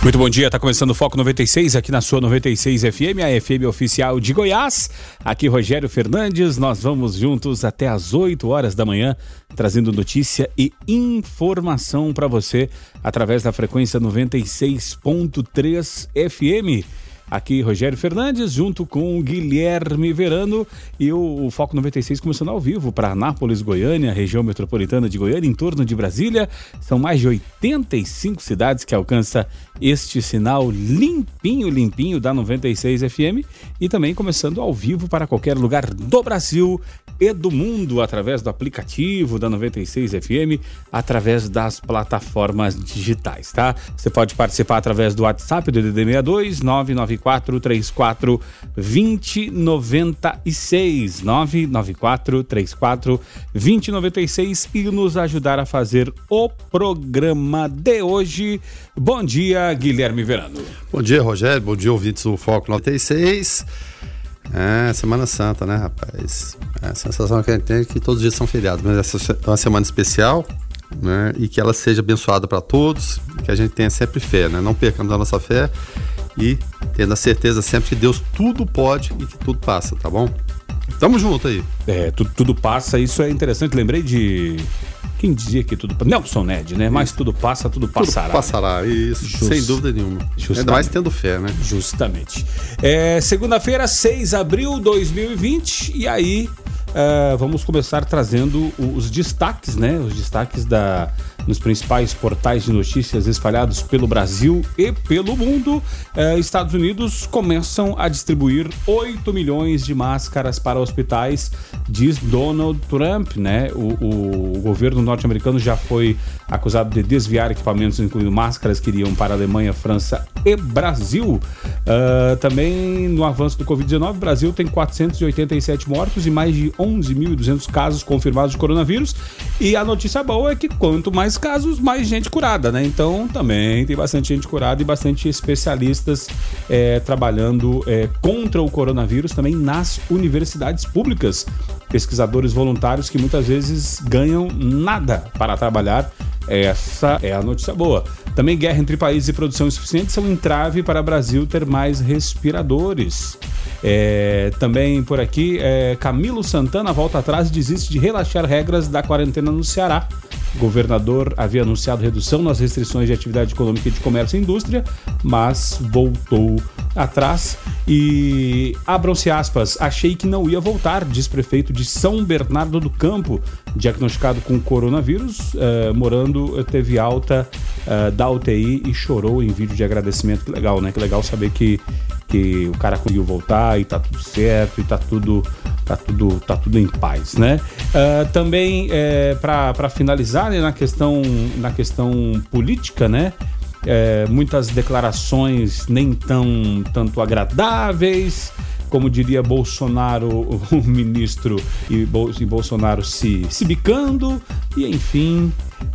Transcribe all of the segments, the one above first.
Muito bom dia, tá começando o Foco 96 aqui na sua 96 FM, a FM oficial de Goiás. Aqui Rogério Fernandes, nós vamos juntos até às 8 horas da manhã, trazendo notícia e informação para você através da frequência 96.3 FM. Aqui Rogério Fernandes, junto com o Guilherme Verano, e o Foco 96 começando ao vivo para Anápolis, Goiânia, região metropolitana de Goiânia, em torno de Brasília. São mais de 85 cidades que alcança este sinal limpinho da 96 FM, e também começando ao vivo para qualquer lugar do Brasil e do mundo, através do aplicativo da 96 FM, através das plataformas digitais, tá? Você pode participar através do WhatsApp do DDD 62 99434 2096 99434 2096 e nos ajudar a fazer o programa de hoje. Bom dia, Guilherme Verano. Bom dia, Rogério. Bom dia, ouvintes do Foco 96. Semana Santa, né, rapaz? A sensação que a gente tem é que todos os dias são feriados, mas essa é uma semana especial, né? E que ela seja abençoada para todos, que a gente tenha sempre fé, né? Não percamos a nossa fé e tendo a certeza sempre que Deus tudo pode e que tudo passa, tá bom? Tamo junto aí. Tudo passa, isso é interessante. Lembrei de... Quem dizia que tudo... Nelson Ned, né? Mas tudo passa, tudo passará. Tudo passará, isso, sem dúvida nenhuma. Ainda mais tendo fé, né? Justamente. Segunda-feira, 6 de abril de 2020, e aí vamos começar trazendo os destaques, né? Os destaques nos principais portais de notícias espalhados pelo Brasil e pelo mundo. Estados Unidos começam a distribuir 8 milhões de máscaras para hospitais, diz Donald Trump, né? O governo norte-americano já foi acusado de desviar equipamentos, incluindo máscaras, que iriam para a Alemanha, França e Brasil. Também no avanço do Covid-19, o Brasil tem 487 mortos e mais de 11.200 casos confirmados de coronavírus. E a notícia boa é que quanto mais casos, mais gente curada, né? Então também tem bastante gente curada e bastante especialistas trabalhando contra o coronavírus também nas universidades públicas. Pesquisadores voluntários que muitas vezes ganham nada para trabalhar. Essa é a notícia boa. Também guerra entre países e produção insuficiente são um entrave para o Brasil ter mais respiradores. Também por aqui, Camilo Santana volta atrás e desiste de relaxar regras da quarentena no Ceará. O governador havia anunciado redução nas restrições de atividade econômica e de comércio e indústria, mas voltou atrás. E abram-se aspas, achei que não ia voltar, diz prefeito de São Bernardo do Campo, diagnosticado com coronavírus, teve alta da UTI e chorou em vídeo de agradecimento. Que legal, né? Que legal saber que o cara conseguiu voltar e tá tudo certo e tá tudo em paz, né? Também para finalizar, né, na questão política, né? Muitas declarações nem tanto agradáveis, como diria Bolsonaro, o ministro, e Bolsonaro se bicando, e enfim,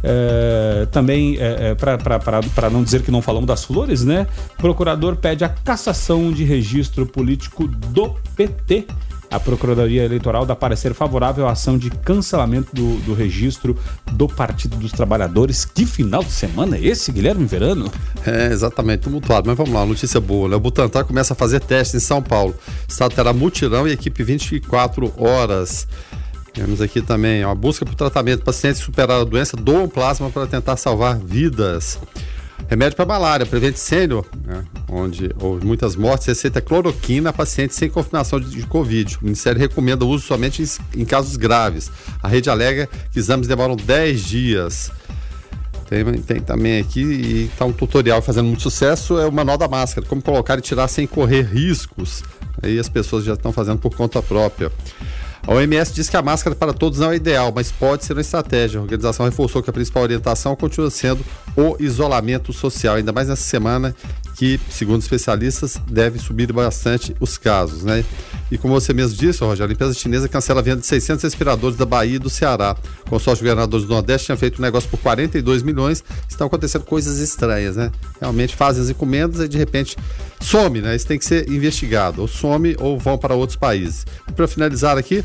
também para não dizer que não falamos das flores, né? Procurador pede a cassação de registro político do PT. A Procuradoria Eleitoral dá parecer favorável à ação de cancelamento do registro do Partido dos Trabalhadores. Que final de semana é esse, Guilherme Verano? Exatamente, tumultuado. Mas vamos lá, notícia boa, né? O Butantan começa a fazer testes em São Paulo. O estado terá mutirão e equipe 24 horas. Temos aqui também a busca por tratamento. Pacientes que superaram a doença doam plasma para tentar salvar vidas. Remédio para malária, Prevent Senior, né, onde houve muitas mortes, receita cloroquina a pacientes sem confirmação de Covid. O Ministério recomenda o uso somente em casos graves. A rede alega que exames demoram 10 dias. Tem também aqui, e está um tutorial fazendo muito sucesso, é o manual da máscara, como colocar e tirar sem correr riscos. Aí as pessoas já estão fazendo por conta própria. A OMS diz que a máscara para todos não é ideal, mas pode ser uma estratégia. A organização reforçou que a principal orientação continua sendo o isolamento social, ainda mais nessa semana que, segundo especialistas, deve subir bastante os casos, né? E como você mesmo disse, Rogério, a empresa chinesa cancela a venda de 600 respiradores da Bahia e do Ceará. O consórcio de governadores do Nordeste tinha feito um negócio por 42 milhões. Estão acontecendo coisas estranhas, né? Realmente fazem as encomendas e de repente some, né? Isso tem que ser investigado. Ou some ou vão para outros países. Para finalizar aqui,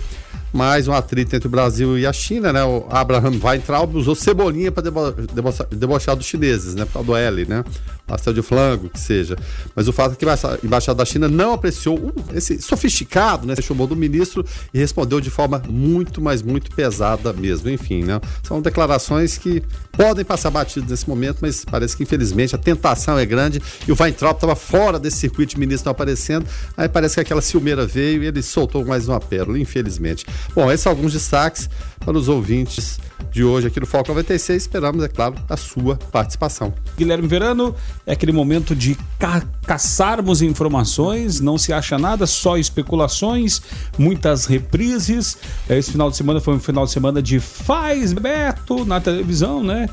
mais um atrito entre o Brasil e a China, né? O Abraham Weintraub usou cebolinha para debochar dos chineses, né? Por causa do L, né? Pastel de flango, que seja. Mas o fato é que a embaixada da China não apreciou esse sofisticado, né? Chamou do ministro e respondeu de forma muito, mas muito pesada mesmo. Enfim, né? São declarações que podem passar batido nesse momento, mas parece que infelizmente a tentação é grande e o Weintraub estava fora desse circuito de ministros não aparecendo. Aí parece que aquela ciumeira veio e ele soltou mais uma pérola, infelizmente. Bom, esses são alguns destaques para os ouvintes de hoje aqui no Foco 96. Esperamos, é claro, a sua participação. Guilherme Verano, é aquele momento de caçarmos informações, não se acha nada, só especulações, muitas reprises. Esse final de semana foi um final de semana de Faz Beto na televisão, né?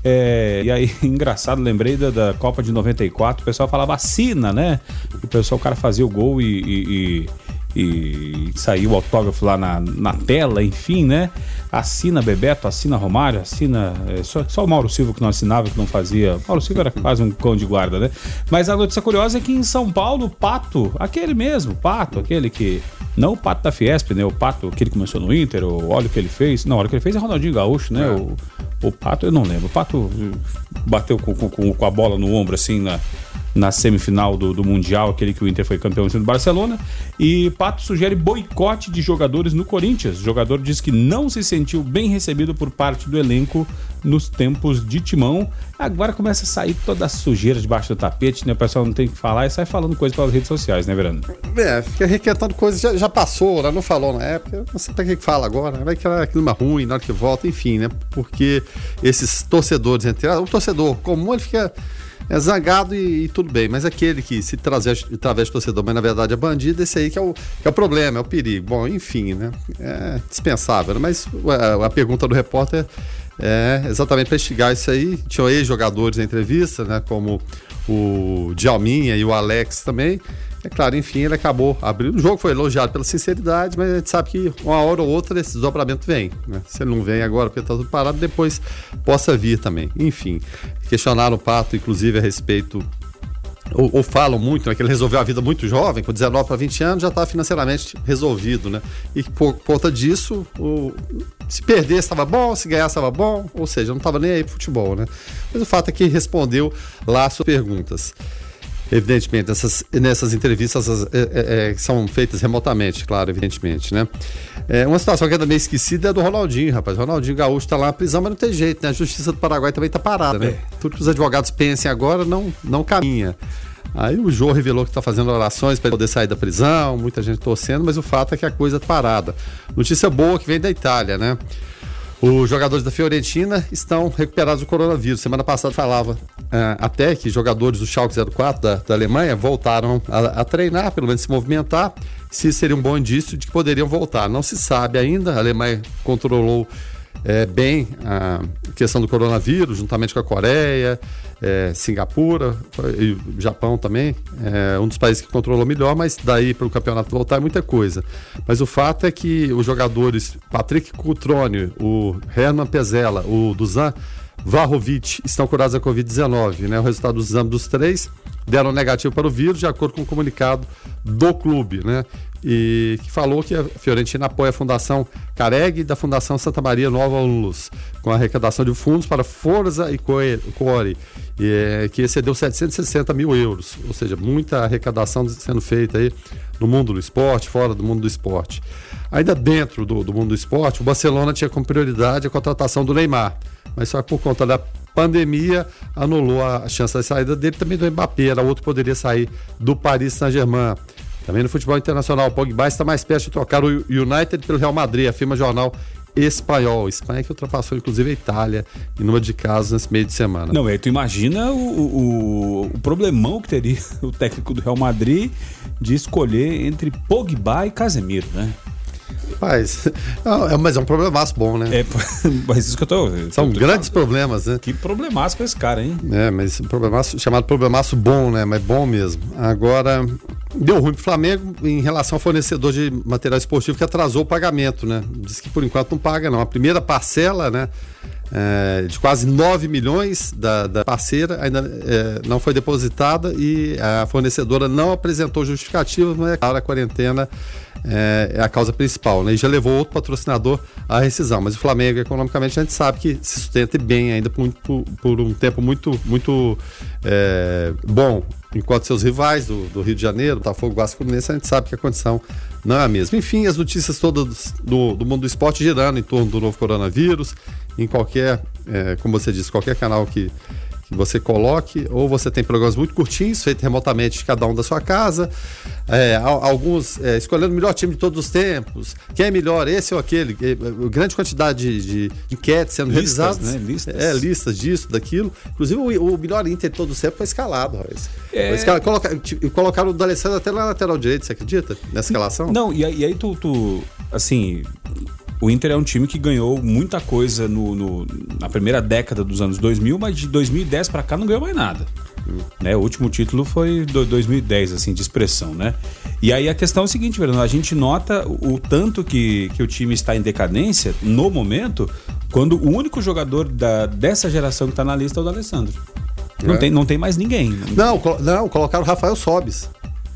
E aí, engraçado, lembrei da Copa de 94, o pessoal falava assina, né? O cara fazia o gol e saiu o autógrafo lá na tela, enfim, né? Assina Bebeto, assina Romário, assina... Só o Mauro Silva que não assinava, que não fazia... Mauro Silva era quase um cão de guarda, né? Mas a notícia curiosa é que em São Paulo, o Pato, aquele mesmo, Pato, aquele que... Não o Pato da Fiesp, né? O Pato, que ele começou no Inter, olha o que ele fez. Não, olha o que ele fez é Ronaldinho Gaúcho, né? O Pato, eu não lembro. O Pato bateu com a bola no ombro, assim, na semifinal do Mundial, aquele que o Inter foi campeão do Barcelona, e Pato sugere boicote de jogadores no Corinthians. O jogador diz que não se sentiu bem recebido por parte do elenco nos tempos de Timão. Agora começa a sair toda a sujeira debaixo do tapete, né? O pessoal não tem que falar e sai falando coisas pelas redes sociais, né, Verano? Fica requentando coisas, já passou, né? Não falou na época, não sei pra que fala agora, vai que é clima ruim na hora que volta, enfim, né? Porque esses torcedores, o torcedor comum, ele fica... zangado e tudo bem, mas aquele que se traveste de torcedor, mas na verdade é bandido, esse aí que é o problema, é o perigo. Bom, enfim, né? É dispensável, né? Mas a pergunta do repórter é exatamente para instigar isso aí. Tinham ex-jogadores na entrevista, né? Como o Djalminha e o Alex também. É claro, enfim, ele acabou abrindo. O jogo foi elogiado pela sinceridade, mas a gente sabe que uma hora ou outra esse desdobramento vem, né? Se ele não vem agora porque está tudo parado, depois possa vir também. Enfim, questionaram o Pato, inclusive, a respeito... Ou falam muito, né, que ele resolveu a vida muito jovem, com 19 para 20 anos, já estava financeiramente resolvido, né? E por conta disso, se perdesse estava bom, se ganhasse estava bom, ou seja, não estava nem aí pro futebol, né? Mas o fato é que respondeu lá as suas perguntas. Evidentemente, nessas entrevistas são feitas remotamente, claro, evidentemente, né? Uma situação que ainda meio esquecida é a do Ronaldinho, rapaz. O Ronaldinho Gaúcho está lá na prisão, mas não tem jeito, né? A Justiça do Paraguai também está parada, né? Tudo que os advogados pensem agora não caminha. Aí o Jô revelou que está fazendo orações para poder sair da prisão, muita gente torcendo, mas o fato é que a coisa está parada. Notícia boa que vem da Itália, né? Os jogadores da Fiorentina estão recuperados do coronavírus. Semana passada falava até que jogadores do Schalke 04 da Alemanha voltaram a treinar, pelo menos se movimentar, se seria um bom indício de que poderiam voltar. Não se sabe ainda, a Alemanha controlou bem a questão do coronavírus, juntamente com a Coreia, Singapura e o Japão também, um dos países que controlou melhor, mas daí para o campeonato voltar é muita coisa. Mas o fato é que os jogadores Patrick Cutrone, o Herman Pezzella, o Dusan Vlahovic estão curados da Covid-19, né? O resultado dos exames dos três deram negativo para o vírus, de acordo com o comunicado do clube, né? E que falou que a Fiorentina apoia a Fundação Careg da Fundação Santa Maria Nova Luz, com a arrecadação de fundos para Forza e Core, que excedeu 760 mil euros, ou seja, muita arrecadação sendo feita aí no mundo do esporte, fora do mundo do esporte. Ainda dentro do mundo do esporte, o Barcelona tinha como prioridade a contratação do Neymar, mas só que por conta da pandemia anulou a chance da saída dele, também do Mbappé, era outro que poderia sair do Paris Saint-Germain. Também no futebol internacional, o Pogba está mais perto de trocar o United pelo Real Madrid, afirma o jornal espanhol. Espanha que ultrapassou inclusive a Itália em número de casos nesse meio de semana. Não, tu imagina o problemão que teria o técnico do Real Madrid de escolher entre Pogba e Casemiro, né? Rapaz, mas é um problemaço bom, né? Mas isso que eu tô... São grandes problemas, né? Que problemaço com esse cara, hein? Mas problemaço, chamado problemaço bom, né? Mas bom mesmo. Agora, deu ruim pro Flamengo em relação ao fornecedor de material esportivo que atrasou o pagamento, né? Diz que por enquanto não paga, não. A primeira parcela, né? de quase 9 milhões da parceira ainda não foi depositada e a fornecedora não apresentou justificativa, mas é claro, a quarentena é a causa principal, né? E já levou outro patrocinador à rescisão. Mas o Flamengo, economicamente, a gente sabe que se sustenta bem ainda por um tempo muito bom. Enquanto seus rivais do Rio de Janeiro, Botafogo, Vasco, Fluminense, a gente sabe que a condição não é a mesma. Enfim, as notícias todas do mundo do esporte girando em torno do novo coronavírus, em qualquer, como você disse, qualquer canal que você coloque, ou você tem programas muito curtinhos, feitos remotamente de cada um da sua casa, alguns escolhendo o melhor time de todos os tempos, quem é melhor, esse ou aquele, grande quantidade de enquetes sendo realizadas, né? Listas disso, daquilo. Inclusive o melhor Inter de todos os tempos foi escalado, colocaram o D'Alessandro até na lateral direita, você acredita? Nessa escalação? Não, e aí tu assim, o Inter é um time que ganhou muita coisa na primeira década dos anos 2000, mas de 2010 para cá não ganhou mais nada. Né? O último título foi 2010, assim, de expressão, né? E aí a questão é o seguinte, Verano, a gente nota o tanto que o time está em decadência no momento, quando o único jogador dessa geração que está na lista é o D'Alessandro. Não tem mais ninguém. Não, colocaram o Rafael Sobis.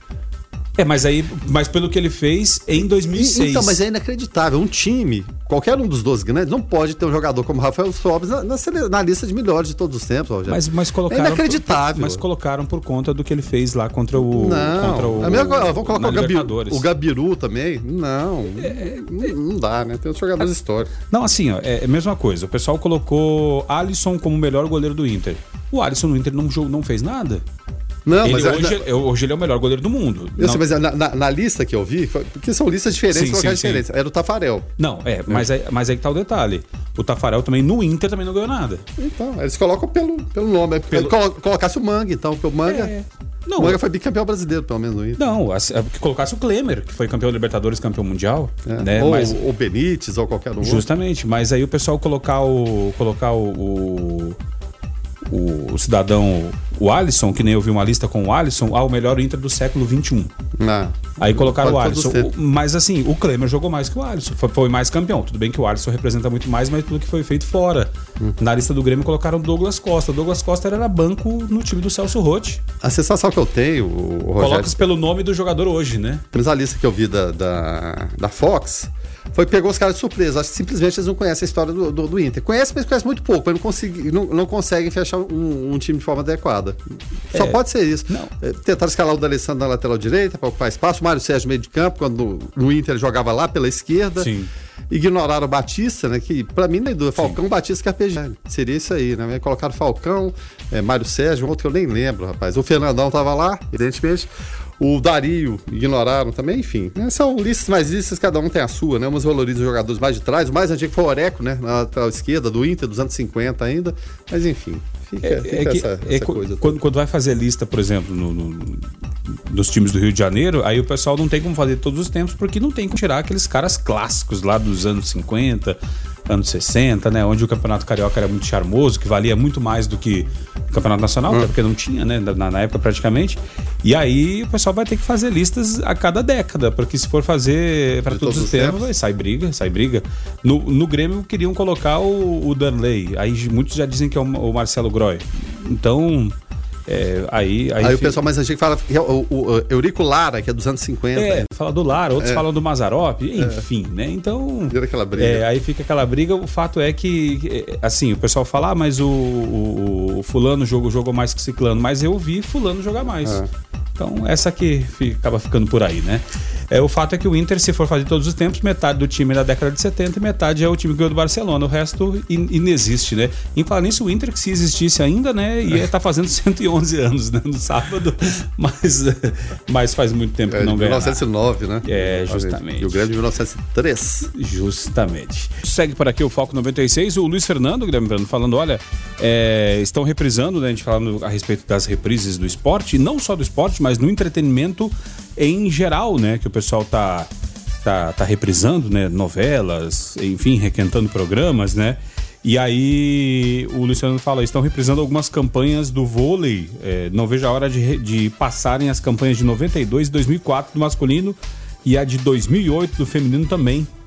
Mas pelo que ele fez em 2006. Então, mas é inacreditável. Um time, qualquer um dos 12 grandes, não pode ter um jogador como Rafael Sobis na lista de melhores de todos os tempos, Rogério. Mas colocaram, é inacreditável. Mas colocaram por conta do que ele fez lá contra o vamos colocar o Gabiru também? Não dá, né? Tem outros jogadores históricos. Não, assim, é a mesma coisa. O pessoal colocou Alisson como o melhor goleiro do Inter. O Alisson no Inter não fez nada. Não, hoje ele é o melhor goleiro do mundo. Eu sei, mas na lista que eu vi, porque são listas diferentes, diferentes. Era o Tafarel. Mas aí que tá o detalhe. O Tafarel também, no Inter, também não ganhou nada. Então, eles colocam pelo nome. Colocasse o Manga, então, porque o Manga... O Manga foi bicampeão brasileiro, pelo menos no Inter. Não, que colocasse o Klemer, que foi campeão Libertadores, campeão mundial. Né? Ou Benítez, ou qualquer um. Justamente, mas aí o pessoal colocar o cidadão, o Alisson, que nem eu vi uma lista com o Alisson, o melhor Inter do século XXI. Aí colocaram o Alisson. Mas assim, o Klemer jogou mais que o Alisson, foi mais campeão. Tudo bem que o Alisson representa muito mais, mas tudo que foi feito fora. Na lista do Grêmio colocaram o Douglas Costa. O Douglas Costa era banco no time do Celso Roth. A sensação que eu tenho, Rogério... Colocas pelo nome do jogador hoje, né? Mas a lista que eu vi da Fox... pegou os caras de surpresa. Acho que simplesmente eles não conhecem a história do Inter. Conhecem, mas conhecem muito pouco. Eles não conseguem fechar um time de forma adequada. Só pode ser isso. Tentaram escalar o D'Alessandro na lateral direita para ocupar espaço. O Mário Sérgio meio de campo, quando no Inter ele jogava lá pela esquerda. Sim. Ignoraram o Batista, né? Que pra mim não é dúvida. Falcão, Batista, Carpegiani. Seria isso aí, né? Colocaram Falcão, Mário Sérgio, um outro que eu nem lembro, rapaz. O Fernandão tava lá, evidentemente. O Dario ignoraram também, enfim. São listas mais listas, cada um tem a sua, né? Umas valorizam os jogadores mais de trás. O mais antigo foi o Oreco, né? Na lateral esquerda, do Inter, dos anos 50 ainda. Mas enfim, fica essa coisa. Quando vai fazer lista, por exemplo, dos times do Rio de Janeiro, aí o pessoal não tem como fazer todos os tempos, porque não tem como tirar aqueles caras clássicos lá dos anos 50, anos 60, né? Onde o Campeonato Carioca era muito charmoso, que valia muito mais do que o Campeonato Nacional, até porque não tinha, né? Na época praticamente. E aí o pessoal vai ter que fazer listas a cada década, porque se for fazer para todos os tempos, sai briga. No Grêmio queriam colocar o Danley, aí muitos já dizem que é o Marcelo Groy. Então... Aí o pessoal mais antigo fala que é o Eurico Lara, que é dos anos 50. Fala do Lara, outros falam do Mazzaropi, enfim, né? Então... Vira aquela briga. Aí fica aquela briga. O fato é que, assim, o pessoal fala, mas o fulano jogou mais que ciclano, mas eu vi fulano jogar mais. Então, essa aqui acaba ficando por aí, né? O fato é que o Inter, se for fazer todos os tempos, metade do time é da década de 70 e metade é o time que ganhou do Barcelona. O resto inexiste, né? Em falar nisso, o Inter, que se existisse ainda, né, ia estar fazendo 111 anos, né, no sábado, mas faz muito tempo que não ganha 1909, né? Justamente. E o Grêmio de 1903. Justamente. Segue por aqui o Foco 96, o Luiz Fernando, falando, olha, estão reprisando, né, a gente falando a respeito das reprises do esporte, e não só do esporte, mas no entretenimento em geral, né, que o pessoal tá reprisando, né, novelas, enfim, requentando programas, né, e aí o Luciano fala, estão reprisando algumas campanhas do vôlei, não vejo a hora de passarem as campanhas de 92 e 2004 do masculino e a de 2008 do feminino também.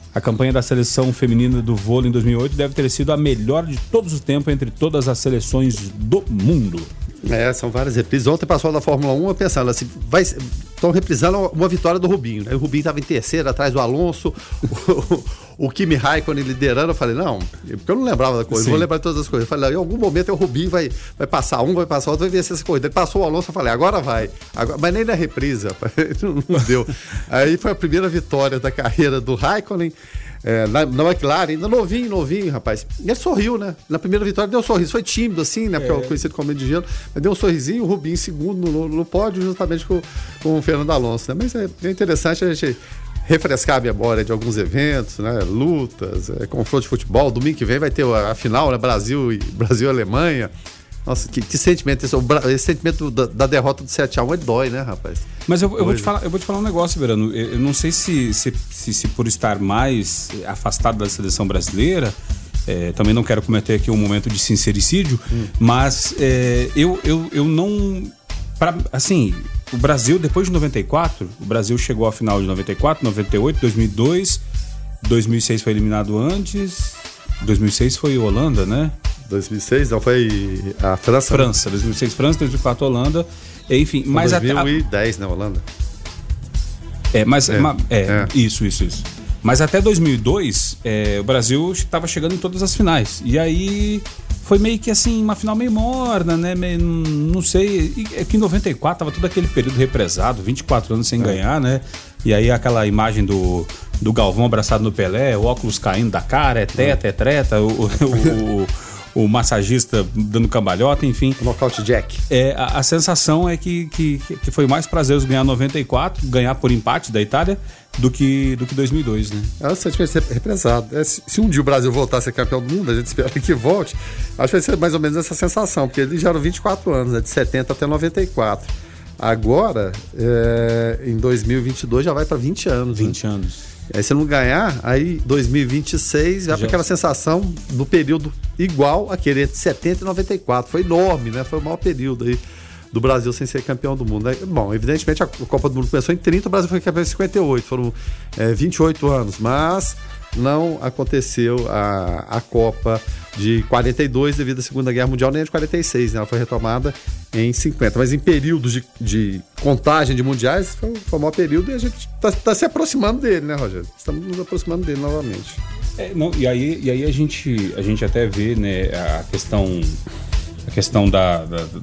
A campanha da seleção feminina do vôlei em 2008 deve ter sido a melhor de todos os tempos entre todas as seleções do mundo. São várias reprises. Ontem passou da Fórmula 1 pensando assim, estão reprisando uma vitória do Rubinho, né? O Rubinho estava em terceiro, atrás do Alonso, o Kimi Raikkonen liderando. Eu falei, não, porque eu não lembrava da coisa, não vou lembrar de todas as coisas. Eu falei, em algum momento o Rubinho vai passar vai passar outro, vai vencer essa corrida. Ele passou o Alonso, eu falei, agora vai. Mas nem na reprisa, não deu. Aí foi a primeira vitória da carreira do Raikkonen. Na McLaren, ainda novinho, rapaz. E ele sorriu, né? Na primeira vitória deu um sorriso. Foi tímido, assim, né? Porque é conhecido como de gelo. Mas deu um sorrisinho, o Rubinho em segundo no pódio, justamente com o Fernando Alonso, né? Mas é interessante a gente refrescar a memória de alguns eventos, né? Lutas, confronto de futebol. Domingo que vem vai ter a final, né? Brasil e Alemanha. Nossa, que sentimento. Esse sentimento da derrota do 7-1 dói, né, rapaz? Mas eu vou te falar um negócio, Verano. Eu não sei se por estar mais afastado da seleção brasileira, também não quero cometer aqui um momento de sincericídio, mas eu não... assim, o Brasil, depois de 94, o Brasil chegou à final de 94, 98, 2002, 2006 foi eliminado antes, 2006 foi Holanda, né? 2006, não, foi a França. 2006 França, 2004 Holanda, enfim. Mas 2010, né, Holanda? Isso. Mas até 2002, o Brasil estava chegando em todas as finais. E aí foi meio que assim, uma final meio morna, né? Não sei. E é que em 94 tava todo aquele período represado, 24 anos sem ganhar, né? E aí aquela imagem do Galvão abraçado no Pelé, o óculos caindo da cara, é treta, o massagista dando cambalhota, enfim. O knockout Jack. A sensação é que foi mais prazeroso ganhar 94, ganhar por empate da Itália, do que 2002, né? É um sentimento represado. Se um dia o Brasil voltar a ser campeão do mundo, a gente espera que volte, acho que vai ser mais ou menos essa sensação, porque eles já eram 24 anos, né, de 70 até 94. Agora, em 2022 já vai para 20 anos. 20 anos. Aí se não ganhar, aí 2026 vai para aquela sensação do período igual àquele de 70 e 94. Foi enorme, né? Foi o maior período aí do Brasil sem ser campeão do mundo. Bom, evidentemente a Copa do Mundo começou em 30, o Brasil foi campeão em 58. Foram 28 anos, mas não aconteceu a Copa de 42 devido à Segunda Guerra Mundial, nem a de 46, né? Ela foi retomada em 50. Mas em períodos de contagem de mundiais, foi o maior período e a gente está se aproximando dele, né, Rogério? Estamos nos aproximando dele novamente. E aí a gente até vê, né, a questão da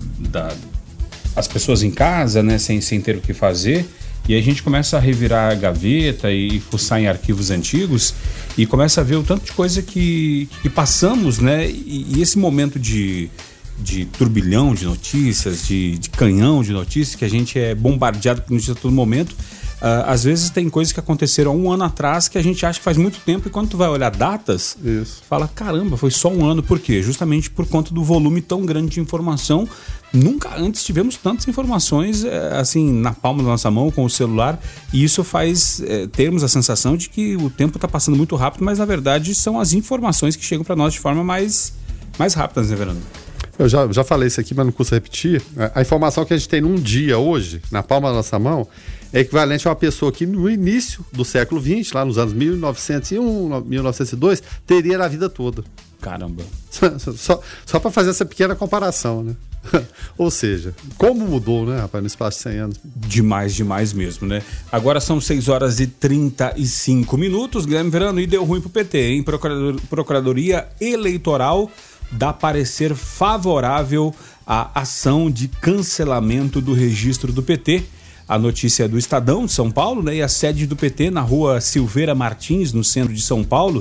as pessoas em casa, né, sem ter o que fazer. E aí a gente começa a revirar a gaveta e fuçar em arquivos antigos e começa a ver o tanto de coisa que passamos, né? E esse momento de turbilhão de notícias, de canhão de notícias, que a gente é bombardeado por notícias a todo momento. Às vezes tem coisas que aconteceram há um ano atrás que a gente acha que faz muito tempo, e quando tu vai olhar datas, fala, caramba, foi só um ano. Por quê? Justamente por conta do volume tão grande de informação. Nunca antes tivemos tantas informações assim na palma da nossa mão com o celular, e isso faz termos a sensação de que o tempo está passando muito rápido, mas na verdade são as informações que chegam para nós de forma mais rápida, né, Verano? Eu já falei isso aqui, mas não custa repetir. A informação que a gente tem num dia hoje, na palma da nossa mão, é equivalente a uma pessoa que no início do século XX, lá nos anos 1901, 1902, teria a vida toda. Caramba. Só para fazer essa pequena comparação, né? Ou seja, como mudou, né, rapaz, no espaço de 100 anos? Demais mesmo, né? Agora são 6h35. Guilherme Verano, e deu ruim pro PT, hein? Procuradoria Eleitoral dá parecer favorável à ação de cancelamento do registro do PT. A notícia é do Estadão de São Paulo, né? E a sede do PT na rua Silveira Martins, no centro de São Paulo,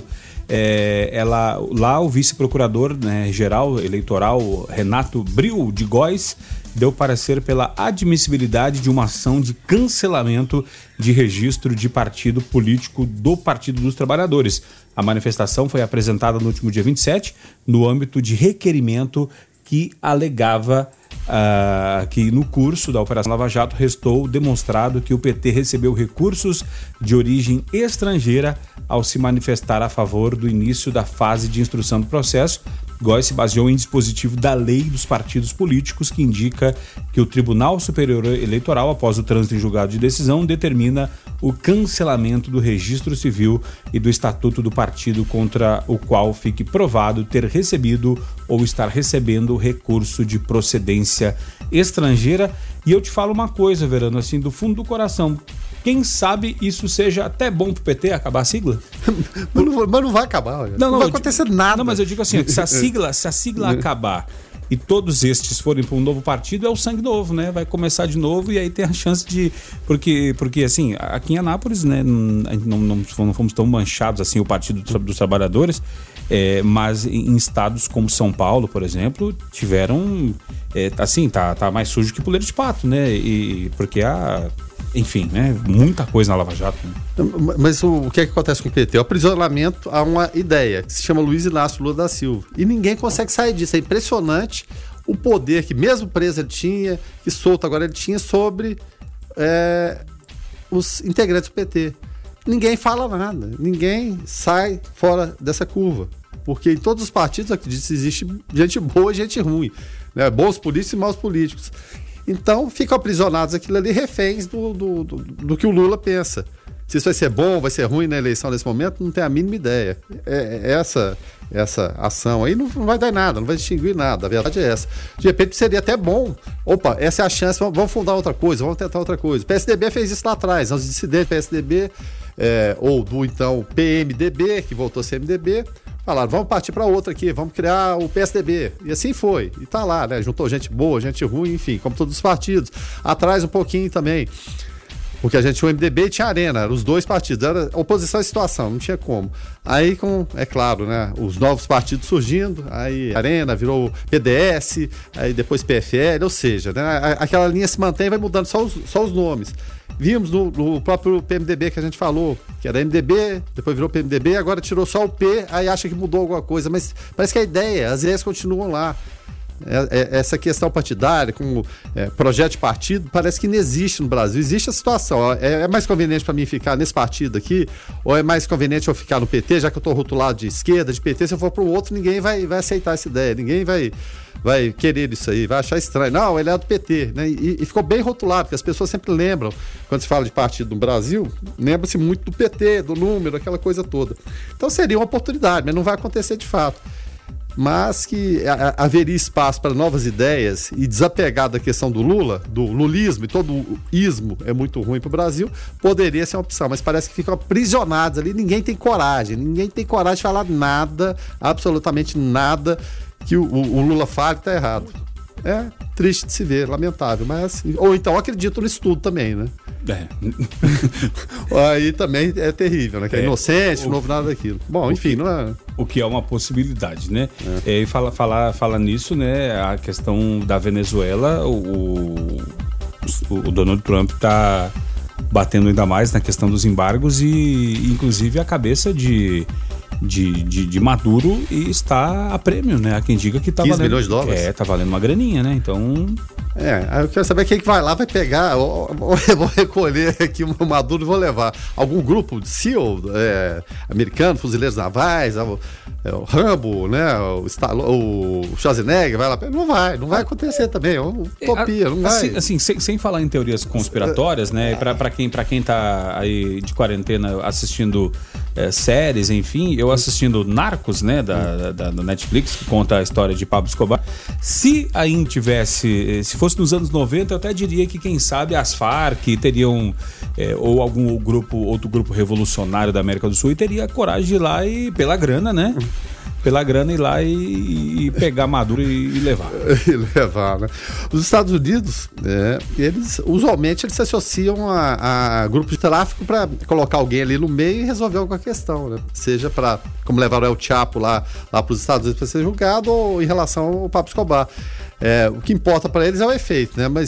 lá o vice-procurador, né, geral eleitoral Renato Bril de Góes deu parecer pela admissibilidade de uma ação de cancelamento de registro de partido político do Partido dos Trabalhadores. A manifestação foi apresentada no último dia 27, no âmbito de requerimento que alegava que no curso da Operação Lava Jato restou demonstrado que o PT recebeu recursos de origem estrangeira ao se manifestar a favor do início da fase de instrução do processo Góes se baseou em dispositivo da lei dos partidos políticos que indica que o Tribunal Superior Eleitoral, após o trânsito em julgado de decisão, determina o cancelamento do registro civil e do estatuto do partido contra o qual fique provado ter recebido ou estar recebendo recurso de procedência estrangeira. E eu te falo uma coisa, Verano, assim, do fundo do coração, quem sabe isso seja até bom pro PT acabar a sigla? Mas não vai acabar. Não vai acontecer nada. Não, mas eu digo assim, se a sigla acabar e todos estes forem para um novo partido, é o sangue novo, né? Vai começar de novo e aí tem a chance de... Porque assim, aqui em Anápolis, né, não fomos tão manchados assim, o Partido dos Trabalhadores, mas em estados como São Paulo, por exemplo, tiveram... assim, tá mais sujo que puleiro de pato, né? Porque enfim, né? Muita coisa na Lava Jato. Né? Mas o que é que acontece com o PT? O aprisionamento a uma ideia que se chama Luiz Inácio Lula da Silva. E ninguém consegue sair disso. É impressionante o poder que mesmo preso ele tinha, que solto agora ele tinha sobre os integrantes do PT. Ninguém fala nada. Ninguém sai fora dessa curva. Porque em todos os partidos, acredito, existe gente boa e gente ruim. Né? Bons políticos e maus políticos. Então, ficam aprisionados aquilo ali, reféns do que o Lula pensa. Se isso vai ser bom, vai ser ruim na eleição nesse momento, não tem a mínima ideia. Essa ação aí não vai dar nada, não vai distinguir nada. A verdade é essa. De repente seria até bom. Opa, essa é a chance, vamos fundar outra coisa, vamos tentar outra coisa. O PSDB fez isso lá atrás, os dissidentes do PSDB, ou do então PMDB, que voltou a ser MDB, falaram, vamos partir para outra aqui, vamos criar o PSDB. E assim foi. E tá lá, né? Juntou gente boa, gente ruim, enfim, como todos os partidos. Atrás um pouquinho também. Porque a gente tinha o MDB e tinha a Arena, eram os dois partidos. Era oposição à situação, não tinha como. Aí, é claro, né? Os novos partidos surgindo, aí a Arena virou PDS, aí depois PFL, ou seja, né? Aquela linha se mantém e vai mudando só os nomes. Vimos no próprio PMDB que a gente falou, que era MDB, depois virou PMDB, agora tirou só o P, aí acha que mudou alguma coisa, mas parece que as ideias continuam lá. Essa questão partidária, com projeto de partido, parece que não existe no Brasil. Existe a situação. É mais conveniente para mim ficar nesse partido aqui, ou é mais conveniente eu ficar no PT, já que eu estou rotulado de esquerda, de PT, se eu for para o outro, ninguém vai aceitar essa ideia, ninguém vai querer isso aí, vai achar estranho. Não, ele é do PT, né? E ficou bem rotulado, porque as pessoas sempre lembram, quando se fala de partido no Brasil, lembra-se muito do PT, do número, aquela coisa toda. Então seria uma oportunidade, mas não vai acontecer de fato. Mas que haveria espaço para novas ideias e desapegar da questão do Lula, do lulismo, e todo o ismo é muito ruim para o Brasil, poderia ser uma opção, mas parece que ficam aprisionados ali, ninguém tem coragem de falar nada, absolutamente nada que o Lula fala que está errado. É triste de se ver, lamentável, mas ou então acredito no estudo também, né? Aí também é terrível, né? Que é inocente, não houve nada daquilo. Bom, enfim, não é... O que é uma possibilidade, né? E fala nisso, né? A questão da Venezuela, o Donald Trump está batendo ainda mais na questão dos embargos e inclusive a cabeça de Maduro está a prêmio, né? Há quem diga que tá 15 valendo... milhões de dólares? Tá valendo uma graninha, né? Então... eu quero saber quem que vai lá, vai pegar, eu vou recolher aqui o Maduro e vou levar algum grupo de SEAL, americano, fuzileiros navais, o Rambo, né? O Schwarzenegger vai lá. Não vai acontecer também, é uma utopia, não vai. Assim, sem falar em teorias conspiratórias, né? Pra quem tá aí de quarentena assistindo séries, enfim, eu assistindo Narcos, né? Da Netflix, que conta a história de Pablo Escobar. Se ainda se fosse nos anos 90, eu até diria que, quem sabe, as Farc teriam, ou outro grupo revolucionário da América do Sul, teria coragem de ir lá e, pela grana, né? Pela grana, ir lá e pegar Maduro e levar. Né? Os Estados Unidos, eles usualmente se associam a grupos de tráfico para colocar alguém ali no meio e resolver alguma questão, né? Seja para, como levaram o El Chapo lá para os Estados Unidos para ser julgado, ou em relação ao Pablo Escobar. O que importa para eles é o efeito, né? Mas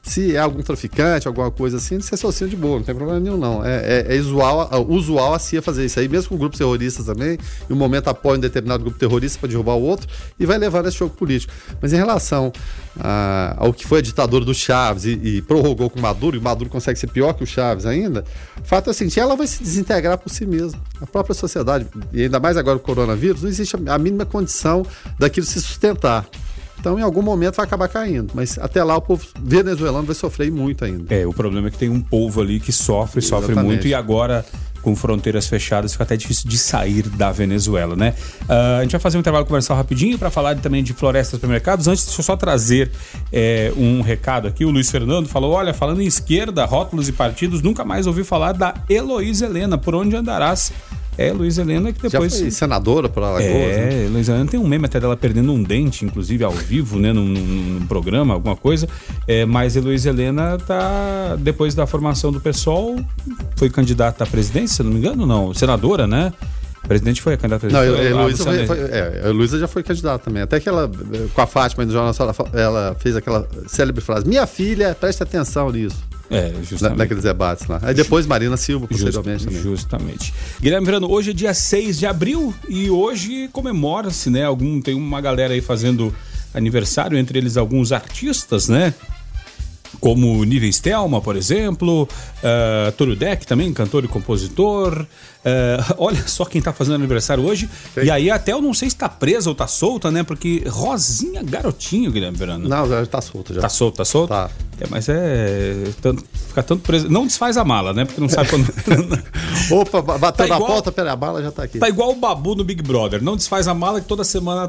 Se é algum traficante, alguma coisa assim, eles se associam de boa, não tem problema nenhum, não. É usual a CIA fazer isso aí, mesmo com grupos terroristas também, em um momento apoia um determinado grupo terrorista para derrubar o outro, e vai levar esse jogo político. Mas em relação ao que foi a ditadura do Chaves e prorrogou com o Maduro, e o Maduro consegue ser pior que o Chaves ainda, o fato é o seguinte, ela vai se desintegrar por si mesma. A própria sociedade, e ainda mais agora com o coronavírus, não existe a mínima condição daquilo se sustentar. Então, em algum momento vai acabar caindo. Mas até lá o povo venezuelano vai sofrer muito ainda. O problema é que tem um povo ali que sofre muito, e agora, com fronteiras fechadas, fica até difícil de sair da Venezuela, né? A gente vai fazer um intervalo comercial rapidinho para falar também de florestas supermercados. Antes, deixa eu só trazer um recado aqui. O Luiz Fernando falou, olha, falando em esquerda, rótulos e partidos, nunca mais ouvi falar da Heloísa Helena. Por onde andarás? Luiz Helena, que depois... Já foi senadora por Alagoas, né? Luiz Helena tem um meme até dela perdendo um dente, inclusive ao vivo, né? Num programa, alguma coisa. Mas a Luiz Helena tá, depois da formação do PSOL, foi candidata à presidência, se não me engano, não. Senadora, né? O presidente foi a candidata à presidência. A Heloísa já foi candidata também. Até que ela, com a Fátima no Jornal Nacional, ela fez aquela célebre frase, minha filha, preste atenção nisso. Justamente. Naqueles debates lá. Aí depois Marina Silva, posteriormente também. Justamente. Guilherme Verano, hoje é dia 6 de abril e hoje comemora-se, né? Tem uma galera aí fazendo aniversário, entre eles alguns artistas, né? Como Níveis Thelma, por exemplo, Toru Deck também, cantor e compositor. Olha só quem tá fazendo aniversário hoje. Sim. E aí até eu não sei se tá presa ou tá solta, né? Porque Rosinha Garotinho, Guilherme Verano. Não, já tá solta já. Tá solta? Tá. Mas fica tanto preso. Não desfaz a mala, né? Porque não sabe quando... Opa, bateu na porta, pera, a mala já tá aqui. Tá igual o Babu no Big Brother. Não desfaz a mala que toda semana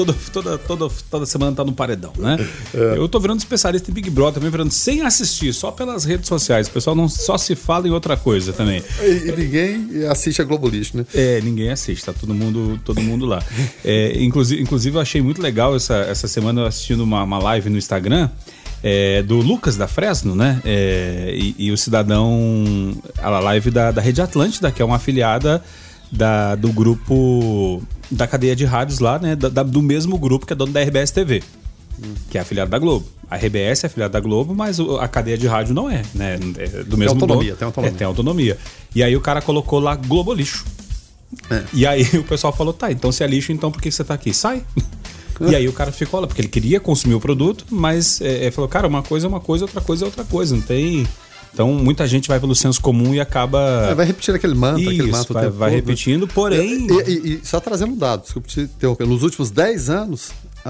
toda semana tá no paredão, né? Eu tô virando especialista em Big Brother também, virando sem assistir, só pelas redes sociais. O pessoal não só se fala em outra coisa também. E ninguém assiste a Globo Lixo, né? Ninguém assiste, tá todo mundo lá. Inclusive eu achei muito legal essa semana eu assistindo uma live no Instagram do Lucas da Fresno, né? E o cidadão, a live da Rede Atlântida, que é uma afiliada do grupo da cadeia de rádios lá, né? Do mesmo grupo que é dono da RBS TV, que é afiliado da Globo. A RBS é afiliada da Globo, mas a cadeia de rádio não é, né? Do mesmo autonomia, dono. Tem autonomia. E aí o cara colocou lá Globo Lixo. E aí o pessoal falou, tá, então se é lixo, então por que você tá aqui? Sai! E aí o cara ficou lá, porque ele queria consumir o produto, mas falou, cara, uma coisa é uma coisa, outra coisa é outra coisa, não tem... Então muita gente vai pelo senso comum e acaba... vai repetindo aquele manto, vai repetindo, porém... E só trazendo um dado, desculpa te interromper, nos últimos 10 anos,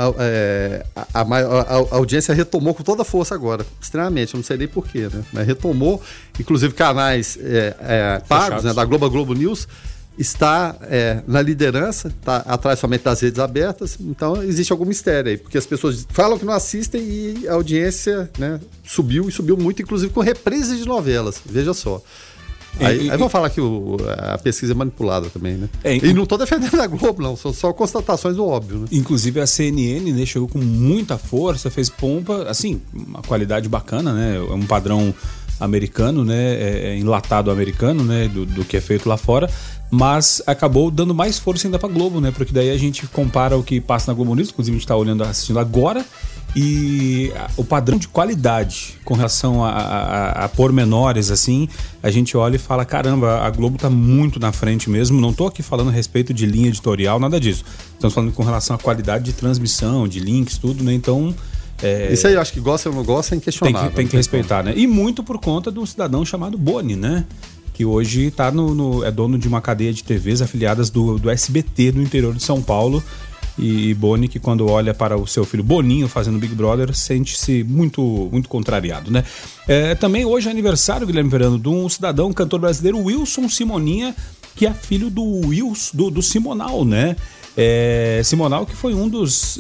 a audiência retomou com toda a força agora, extremamente, eu não sei nem porquê, né? Mas retomou, inclusive canais pagos, né, da Globo News, está na liderança, está atrás somente das redes abertas, então existe algum mistério aí, porque as pessoas falam que não assistem e a audiência, né, subiu muito, inclusive com reprises de novelas, veja só. Aí vão falar que a pesquisa é manipulada também, né? E não estou defendendo a Globo, não, são só constatações do óbvio, né? Inclusive a CNN, né, chegou com muita força, fez pompa, assim, uma qualidade bacana, né? É um padrão americano, né? Enlatado americano, né? Do que é feito lá fora. Mas acabou dando mais força ainda pra Globo, né? Porque daí a gente compara o que passa na Globo News, inclusive a gente tá assistindo agora, e o padrão de qualidade com relação a pormenores, assim, a gente olha e fala, caramba, a Globo tá muito na frente mesmo. Não tô aqui falando a respeito de linha editorial, nada disso. Estamos falando com relação à qualidade de transmissão, de links, tudo, né? Então... isso aí eu acho que gosta ou não gosta é inquestionável. Tem que respeitar, né? E muito por conta de um cidadão chamado Boni, né? Que hoje tá é dono de uma cadeia de TVs afiliadas do SBT do interior de São Paulo. E Boni, que quando olha para o seu filho Boninho fazendo Big Brother, sente-se muito, muito contrariado, né? Também hoje é aniversário, Guilherme Verano, de um cidadão, cantor brasileiro, Wilson Simoninha, que é filho do Simonal, né? Simonal, que foi um dos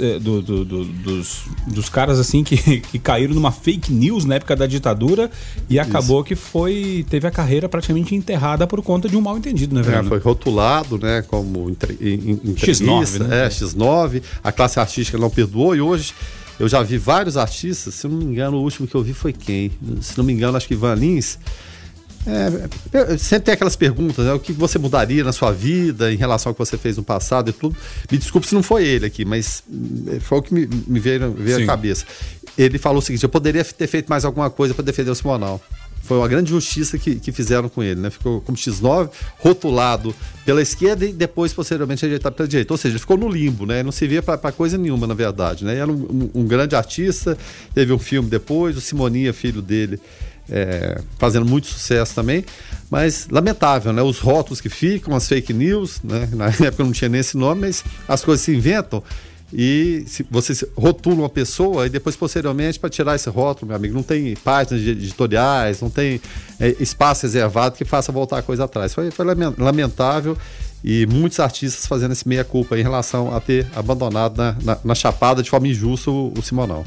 caras assim que caíram numa fake news na época da ditadura e acabou que teve a carreira praticamente enterrada por conta de um mal entendido, né, velho? Foi rotulado, né, como X9, né? X9, a classe artística não perdoou e hoje eu já vi vários artistas, se eu não me engano o último que eu vi foi quem? Se não me engano acho que Ivan Lins Sempre tem aquelas perguntas, né? O que você mudaria na sua vida em relação ao que você fez no passado e tudo. Me desculpe se não foi ele aqui, mas foi o que me veio à cabeça. Ele falou o seguinte: eu poderia ter feito mais alguma coisa para defender o Simonal. Foi uma grande justiça que fizeram com ele, né? Ficou como X9, rotulado pela esquerda e depois, posteriormente, ajeitado pela direita. Ou seja, ele ficou no limbo, né? Não se via para coisa nenhuma, na verdade, né? Era um grande artista, teve um filme depois, o Simoninha, filho dele, fazendo muito sucesso também, mas lamentável, né? Os rótulos que ficam, as fake news, né? Na época não tinha nem esse nome, mas as coisas se inventam e você rotula uma pessoa e depois, posteriormente, para tirar esse rótulo, meu amigo, não tem páginas editoriais, não tem espaço reservado que faça voltar a coisa atrás. Foi lamentável, e muitos artistas fazendo esse meia-culpa em relação a ter abandonado na chapada de forma injusta o Simonal.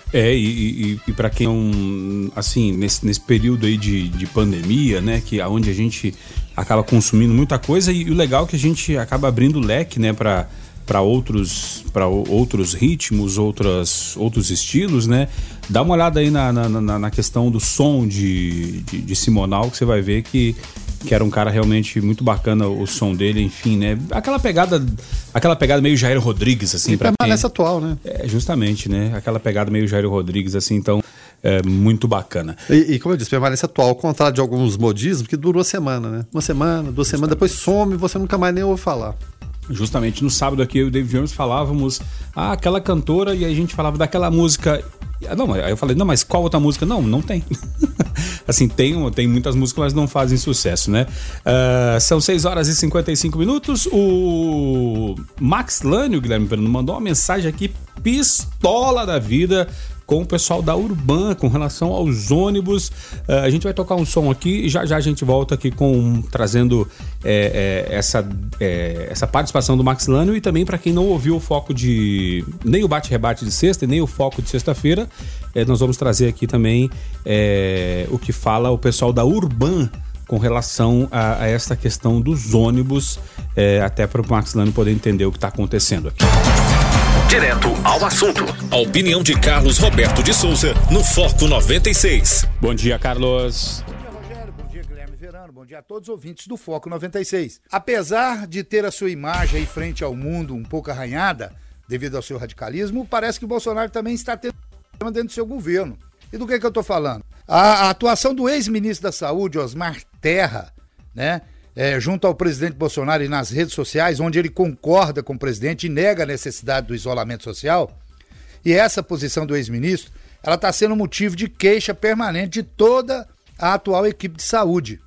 E para quem não, assim, nesse período aí de pandemia, né, que onde a gente acaba consumindo muita coisa, e o legal é que a gente acaba abrindo o leque, né, para outros ritmos, outros estilos, né? Dá uma olhada aí na questão do som de Simonal, que você vai ver que era um cara realmente muito bacana, o som dele, enfim, né? Aquela pegada meio Jair Rodrigues, assim. E permanece atual, né? Justamente, né? Aquela pegada meio Jair Rodrigues, assim, então é muito bacana. E como eu disse, permanece atual, ao contrário de alguns modismos, que durou semana, né? Uma semana, 2 semanas, depois some e você nunca mais nem ouve falar. Justamente, no sábado aqui eu e o David Jones falávamos, aquela cantora, e aí a gente falava daquela música. Não, aí eu falei, não, mas qual outra música? Não tem. Assim, tem muitas músicas, mas não fazem sucesso, né? São 6h55. O Max Lânio, Guilherme Perno, mandou uma mensagem aqui, pistola da vida, com o pessoal da Urban, com relação aos ônibus. A gente vai tocar um som aqui e já a gente volta aqui trazendo essa participação do Max Lânio, e também para quem não ouviu o foco nem o bate-rebate de sexta e nem o foco de sexta-feira, nós vamos trazer aqui também o que fala o pessoal da Urban com relação a esta questão dos ônibus, até para o Max Lânio poder entender o que está acontecendo aqui. Direto ao assunto. A opinião de Carlos Roberto de Souza no Foco 96. Bom dia, Carlos. Bom dia, Rogério. Bom dia, Guilherme Verano. Bom dia a todos os ouvintes do Foco 96. Apesar de ter a sua imagem aí frente ao mundo um pouco arranhada, devido ao seu radicalismo, parece que o Bolsonaro também está tendo problema dentro do seu governo. E do que eu estou falando? A atuação do ex-ministro da Saúde, Osmar Terra, né? Junto ao presidente Bolsonaro e nas redes sociais, onde ele concorda com o presidente e nega a necessidade do isolamento social. E essa posição do ex-ministro, ela está sendo motivo de queixa permanente de toda a atual equipe de saúde.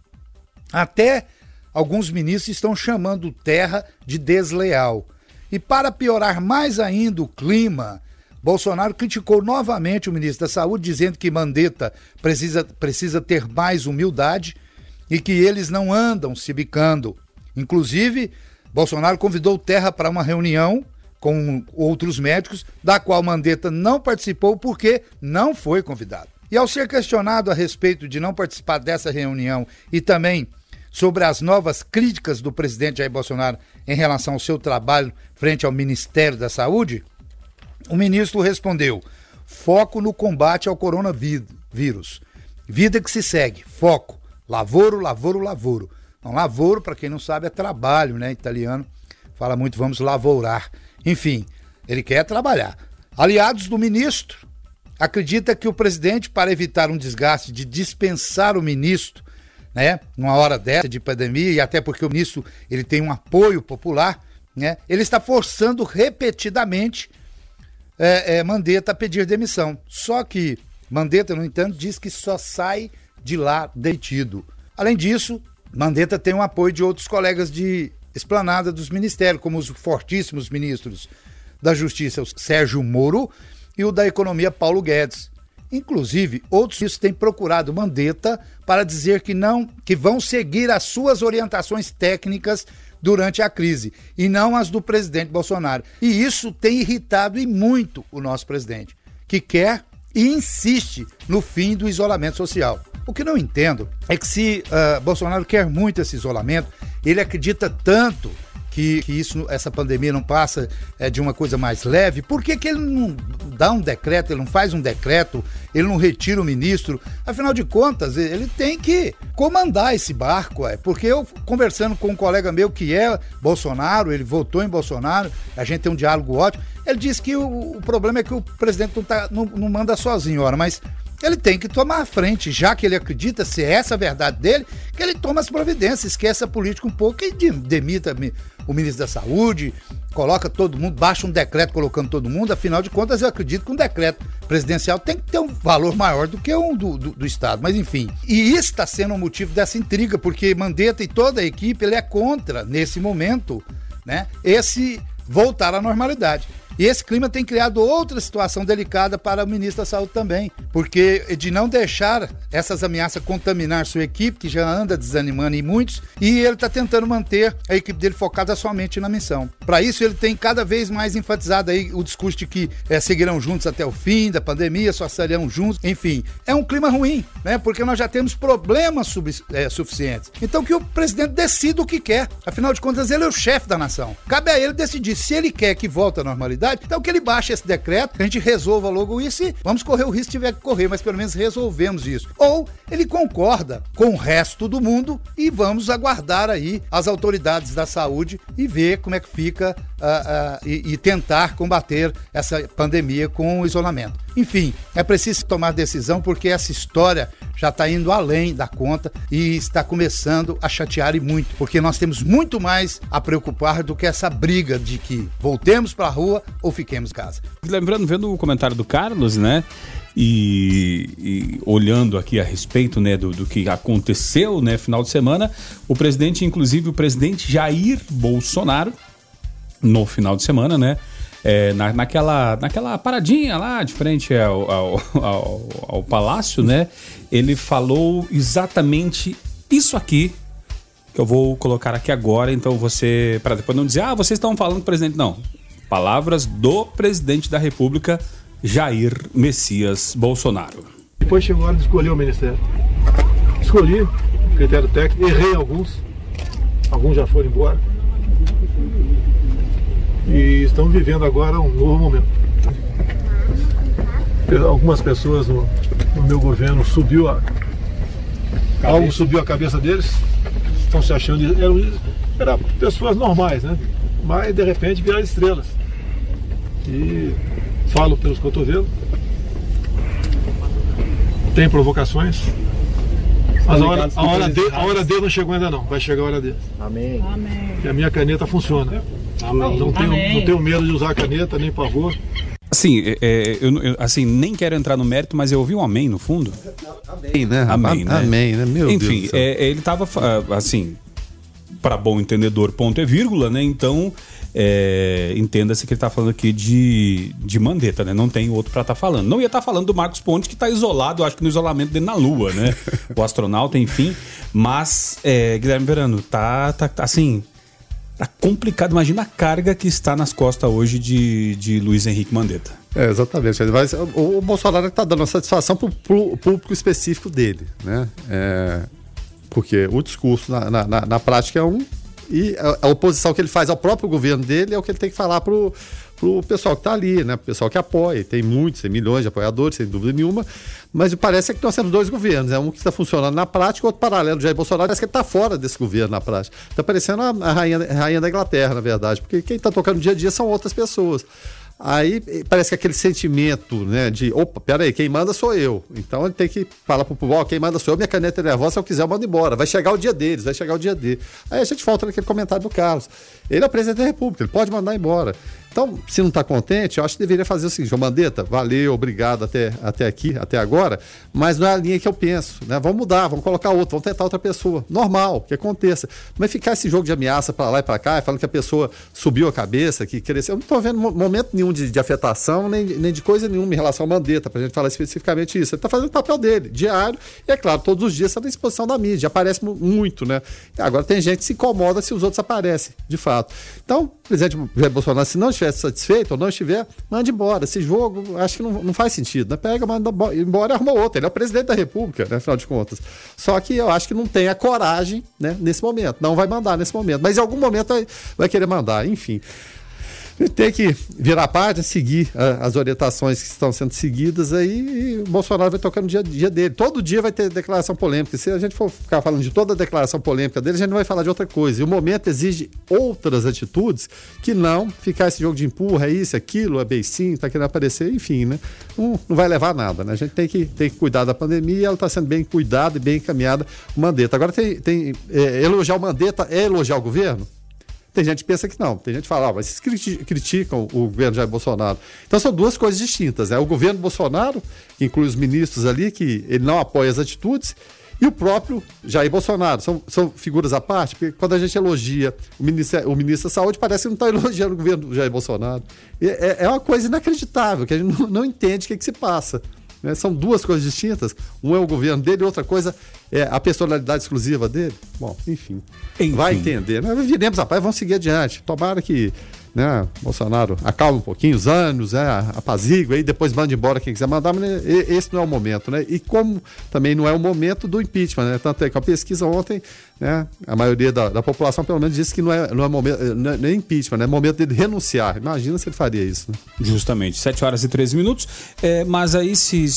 Até alguns ministros estão chamando Terra de desleal. E para piorar mais ainda o clima, Bolsonaro criticou novamente o ministro da Saúde, dizendo que Mandetta precisa ter mais humildade e que eles não andam se bicando. Inclusive, Bolsonaro convidou Terra para uma reunião com outros médicos, da qual Mandetta não participou porque não foi convidado. E ao ser questionado a respeito de não participar dessa reunião e também sobre as novas críticas do presidente Jair Bolsonaro em relação ao seu trabalho frente ao Ministério da Saúde, o ministro respondeu: foco no combate ao coronavírus. Vida que se segue, foco. Lavoro, lavoro, lavoro. Então, lavoro, para quem não sabe, é trabalho, né? Italiano fala muito, vamos lavourar. Enfim, ele quer trabalhar. Aliados do ministro acredita que o presidente, para evitar um desgaste de dispensar o ministro, né, numa hora dessa de pandemia, e até porque o ministro ele tem um apoio popular, né, ele está forçando repetidamente Mandetta a pedir demissão. Só que Mandetta, no entanto, diz que só sai de lá demitido. Além disso, Mandetta tem o apoio de outros colegas de esplanada dos ministérios, como os fortíssimos ministros da Justiça, o Sérgio Moro, e o da Economia, Paulo Guedes. Inclusive, outros ministros têm procurado Mandetta para dizer que vão seguir as suas orientações técnicas durante a crise, e não as do presidente Bolsonaro. E isso tem irritado e muito o nosso presidente, que quer e insiste no fim do isolamento social. O que não entendo é que se Bolsonaro quer muito esse isolamento, ele acredita tanto que essa pandemia não passa de uma coisa mais leve, por que ele não dá um decreto, ele não faz um decreto, ele não retira o ministro. Afinal de contas, ele tem que comandar esse barco, porque eu, conversando com um colega meu que é Bolsonaro, ele votou em Bolsonaro, a gente tem um diálogo ótimo, ele disse que o problema é que o presidente não manda sozinho, mas ele tem que tomar a frente, já que ele acredita, se é essa a verdade dele, que ele toma as providências, esquece a política um pouco e demita o ministro da Saúde, coloca todo mundo, baixa um decreto colocando todo mundo. Afinal de contas, eu acredito que um decreto presidencial tem que ter um valor maior do que um do Estado, mas enfim. E isso está sendo o motivo dessa intriga, porque Mandetta e toda a equipe, ele é contra, nesse momento, né, esse voltar à normalidade. E esse clima tem criado outra situação delicada para o ministro da Saúde também, porque de não deixar essas ameaças contaminar sua equipe, que já anda desanimando em muitos, e ele está tentando manter a equipe dele focada somente na missão. Para isso, ele tem cada vez mais enfatizado aí o discurso de que seguirão juntos até o fim da pandemia, só estarão juntos, enfim. É um clima ruim, né? Porque nós já temos problemas suficientes. Então que o presidente decida o que quer. Afinal de contas, ele é o chefe da nação. Cabe a ele decidir se ele quer que volte à normalidade. Então que ele baixe esse decreto, que a gente resolva logo isso e vamos correr o risco se tiver que correr, mas pelo menos resolvemos isso. Ou ele concorda com o resto do mundo e vamos aguardar aí as autoridades da saúde e ver como é que fica e tentar combater essa pandemia com o isolamento. Enfim, é preciso tomar decisão porque essa história já está indo além da conta e está começando a chatear e muito, porque nós temos muito mais a preocupar do que essa briga de que voltemos para a rua ou fiquemos em casa. Lembrando, vendo o comentário do Carlos, né, e olhando aqui a respeito, né, do que aconteceu, né, final de semana, o presidente Jair Bolsonaro, no final de semana, né, naquela paradinha lá de frente ao palácio, né, ele falou exatamente isso aqui que eu vou colocar aqui agora. Então você, para depois não dizer, vocês estão falando do presidente, não. Palavras do presidente da República, Jair Messias Bolsonaro. Depois chegou a hora de escolher o ministério. Escolhi, critério técnico, errei alguns já foram embora. E estamos vivendo agora um novo momento. Algumas pessoas no meu governo algo subiu a cabeça deles, estão se achando, eram pessoas normais, né? Mas de repente viraram estrelas. E falo pelos cotovelos, tem provocações, mas a hora dele não chegou ainda não, vai chegar a hora dele. Amém. E a minha caneta funciona. Amém. Não tenho medo de usar a caneta, nem pavor. Assim, eu nem quero entrar no mérito, mas eu ouvi um amém no fundo. Amém, né? Amém, né? Amém, né? Meu Deus. Enfim, ele tava, assim, para bom entendedor, ponto e vírgula, né? Então, entenda-se que ele tá falando aqui de Mandetta, né? Não tem outro para estar falando. Não ia estar falando do Marcos Pontes, que tá isolado, eu acho que no isolamento dele na Lua, né? O astronauta, enfim. Mas, Guilherme Verano, tá assim... Tá complicado, imagina a carga que está nas costas hoje de Luiz Henrique Mandetta. Exatamente. O Bolsonaro está dando uma satisfação para o público específico dele, né? Porque o discurso na prática é um, e a oposição que ele faz ao próprio governo dele é o que ele tem que falar pro pessoal que está ali, né? Pro pessoal que apoia. Tem muitos, tem milhões de apoiadores, sem dúvida nenhuma. Mas parece que nós temos dois governos. Um que está funcionando na prática, outro paralelo do Jair Bolsonaro. Parece que ele está fora desse governo na prática. Está parecendo a rainha da Inglaterra, na verdade. Porque quem está tocando dia a dia são outras pessoas. Aí parece que aquele sentimento, né, de opa, peraí, quem manda sou eu. Então ele tem que falar pro povo, quem manda sou eu, minha caneta é nervosa, se eu quiser eu mando embora. Vai chegar o dia deles, vai chegar o dia dele. Aí a gente volta naquele comentário do Carlos. Ele é o presidente da República, ele pode mandar embora. Então, se não está contente, eu acho que deveria fazer o seguinte: João Mandetta, valeu, obrigado até aqui, até agora, mas não é a linha que eu penso, né? Vamos mudar, vamos colocar outro, vamos tentar outra pessoa. Normal, que aconteça. Mas ficar esse jogo de ameaça para lá e para cá, falando que a pessoa subiu a cabeça, que cresceu. Eu não estou vendo momento nenhum de afetação, nem de coisa nenhuma em relação ao Mandetta, para a gente falar especificamente isso. Ele está fazendo o papel dele, diário, e é claro, todos os dias está na exposição da mídia, aparece muito, né? E agora tem gente que se incomoda se os outros aparecem, de fato. Então, o presidente Jair Bolsonaro, se não estiver satisfeito ou não estiver, manda embora. Esse jogo, acho que não faz sentido, né? Pega, manda embora e arruma outro. Ele é o presidente da República, né? Afinal de contas. Só que eu acho que não tem a coragem, né? Nesse momento. Não vai mandar nesse momento. Mas em algum momento vai querer mandar, enfim. A gente tem que virar a página, seguir as orientações que estão sendo seguidas aí, e o Bolsonaro vai tocando o dia dele. Todo dia vai ter declaração polêmica. Se a gente for ficar falando de toda a declaração polêmica dele, a gente não vai falar de outra coisa. E o momento exige outras atitudes que não ficar esse jogo de empurra, é isso, aquilo, é beicinho, tá querendo aparecer, enfim, né? Não vai levar a nada, né? A gente tem que cuidar da pandemia e ela está sendo bem cuidada e bem encaminhada o Mandetta. Agora, elogiar o Mandetta é elogiar o governo? Tem gente que pensa que não, tem gente que fala, mas vocês criticam o governo Jair Bolsonaro. Então são duas coisas distintas, né? O governo Bolsonaro, que inclui os ministros ali, que ele não apoia as atitudes, e o próprio Jair Bolsonaro. São figuras à parte, porque quando a gente elogia o ministro da Saúde, parece que não está elogiando o governo Jair Bolsonaro. É uma coisa inacreditável, que a gente não entende o que se passa. Né? São duas coisas distintas. Um é o governo dele, outra coisa é a personalidade exclusiva dele. Bom, enfim. Vai entender. Nós viremos a paz, vamos seguir adiante. Tomara que, né, Bolsonaro acalme um pouquinho os ânimos, apazigua, aí depois manda embora quem quiser mandar, mas esse não é o momento, né? E como também não é o momento do impeachment, né? Tanto é que a pesquisa ontem, né, a maioria da população pelo menos disse que não é momento, não é impeachment, né? É momento dele renunciar. Imagina se ele faria isso, né? Justamente, 7h13. Mas aí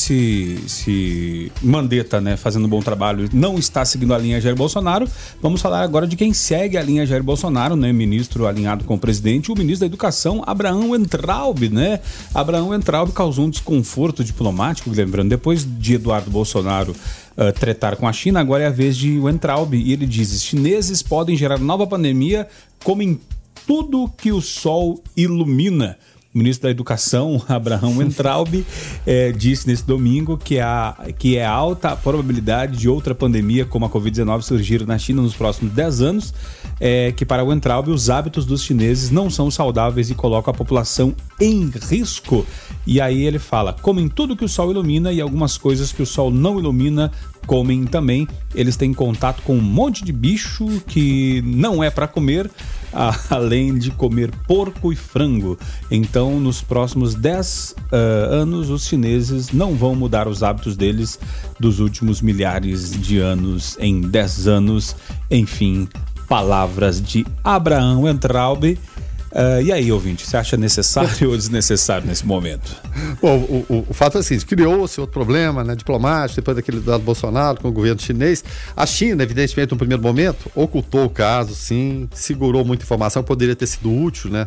se Mandetta, né, fazendo um bom trabalho, não está seguindo a linha Jair Bolsonaro, vamos falar agora de quem segue a linha Jair Bolsonaro, né? Ministro alinhado com o presidente, o ministro da Educação, Abraham Weintraub, né? Abraham Weintraub causou um desconforto diplomático, lembrando, depois de Eduardo Bolsonaro tretar com a China, agora é a vez de Weintraub, e ele diz: os chineses podem gerar nova pandemia como em tudo que o sol ilumina. O ministro da Educação, Abraham Weintraub, disse nesse domingo que é alta a probabilidade de outra pandemia como a Covid-19 surgir na China nos próximos 10 anos, que para Weintraub os hábitos dos chineses não são saudáveis e colocam a população em risco. E aí ele fala, comem tudo que o sol ilumina e algumas coisas que o sol não ilumina comem também. Eles têm contato com um monte de bicho que não é para comer, além de comer porco e frango. Então, nos próximos 10 anos, os chineses não vão mudar os hábitos deles dos últimos milhares de anos em 10 anos. Enfim, palavras de Abraham Weintraub. E aí, ouvinte, você acha necessário ou desnecessário nesse momento? Bom, o fato é assim, criou-se outro problema, né, diplomático, depois daquele do Bolsonaro com o governo chinês. A China, evidentemente, no primeiro momento, ocultou o caso, sim, segurou muita informação que poderia ter sido útil, né,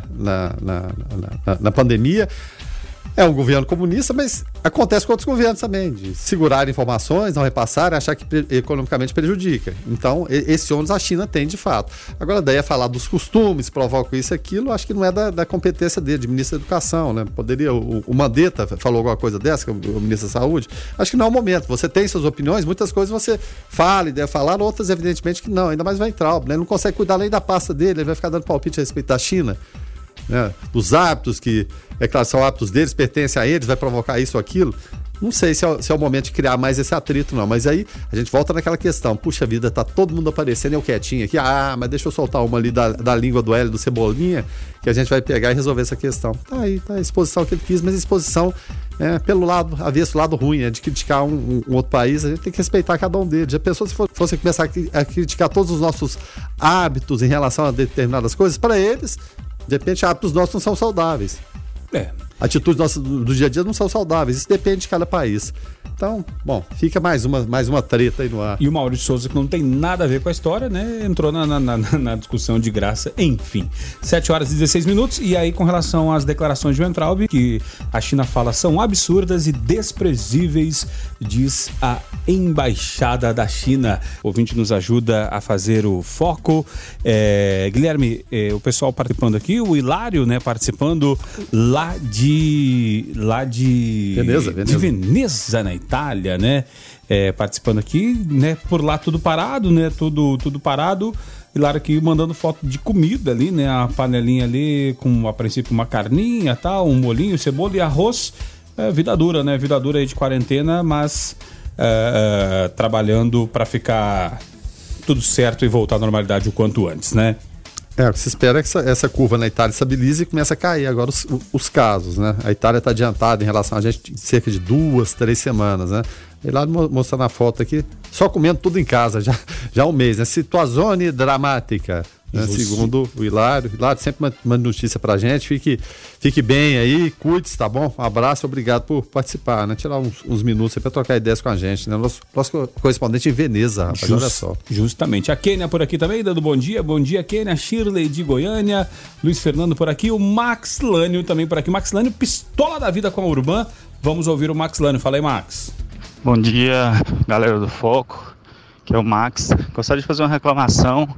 na pandemia. É um governo comunista, mas acontece com outros governos também, de segurar informações, não repassar, achar que economicamente prejudica. Então, esse ônus a China tem de fato. Agora, daí é falar dos costumes, provocam isso e aquilo, acho que não é da competência dele, de ministro da Educação, né? Poderia, o Mandetta falou alguma coisa dessa, que é o ministro da Saúde. Acho que não é o momento. Você tem suas opiniões, muitas coisas você fala e deve falar, outras, evidentemente, que não. Ainda mais vai entrar, né? Ele não consegue cuidar nem da pasta dele, ele vai ficar dando palpite a respeito da China. Né, dos hábitos que, claro, são hábitos deles, pertencem a eles, vai provocar isso ou aquilo. Não sei se é o momento de criar mais esse atrito, não. Mas aí a gente volta naquela questão. Puxa vida, tá todo mundo aparecendo, eu quietinho aqui. Mas deixa eu soltar uma ali da língua do Hélio, do Cebolinha, que a gente vai pegar e resolver essa questão. Tá aí, tá a exposição que ele quis, mas a exposição pelo lado avesso, lado ruim, de criticar um outro país. A gente tem que respeitar cada um deles. Já pensou se fosse começar a criticar todos os nossos hábitos em relação a determinadas coisas? Para eles, de repente, hábitos nossos não são saudáveis. Atitudes nossas do dia a dia não são saudáveis. Isso depende de cada país. Então, bom, fica mais uma treta aí no ar. E o Maurício Souza, que não tem nada a ver com a história, né? Entrou na discussão de graça. Enfim, 7h16. E aí, com relação às declarações de Weintraub, que a China fala são absurdas e desprezíveis, diz a embaixada da China. O ouvinte nos ajuda a fazer o foco. Guilherme, o pessoal participando aqui, o Hilário, né, participando lá de Veneza, na Itália, né? Participando aqui, né? Por lá tudo parado, né? Tudo parado. Hilário aqui mandando foto de comida ali, né? A panelinha ali com, a princípio, uma carninha, tal, um molhinho, cebola e arroz. Vida dura, né? Vida dura aí de quarentena, mas trabalhando para ficar tudo certo e voltar à normalidade o quanto antes, né? O que se espera é que essa curva na Itália estabilize e comece a cair agora os casos, né? A Itália está adiantada em relação a gente em cerca de 2-3 semanas, né? E lá mostrando a foto aqui, só comendo tudo em casa, já há um mês, né? Situazione dramática. Né? Segundo o Hilário. Hilário sempre manda notícia pra gente. Fique bem aí, cuide-se, tá bom? Um abraço, obrigado por participar, né? Tirar uns minutos aí pra trocar ideias com a gente, né? Nosso correspondente em Veneza, rapaz, olha só. Justamente. A Kênia por aqui também, dando bom dia. Bom dia, Kênia. Shirley de Goiânia. Luiz Fernando por aqui. O Max Lânio também por aqui. Max Lânio, pistola da vida com a Urban. Vamos ouvir o Max Lânio. Fala aí, Max. Bom dia, galera do Foco. Que é o Max. Gostaria de fazer uma reclamação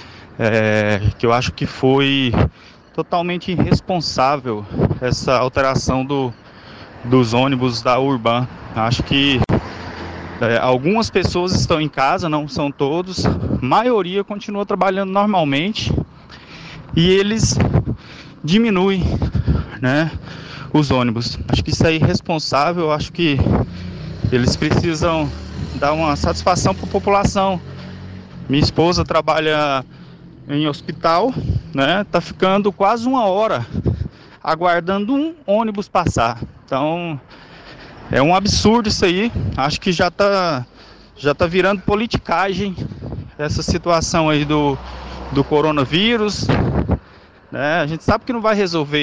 que eu acho que foi totalmente irresponsável essa alteração dos ônibus da Urban. Acho que algumas pessoas estão em casa, não são todos, a maioria continua trabalhando normalmente e eles diminuem, né, os ônibus. Acho que isso é irresponsável, acho que eles precisam dar uma satisfação para a população. Minha esposa trabalha em hospital, né? Tá ficando quase 1 hora aguardando um ônibus passar. Então é um absurdo isso aí. Acho que já tá virando politicagem essa situação aí do coronavírus, né? A gente sabe que não vai resolver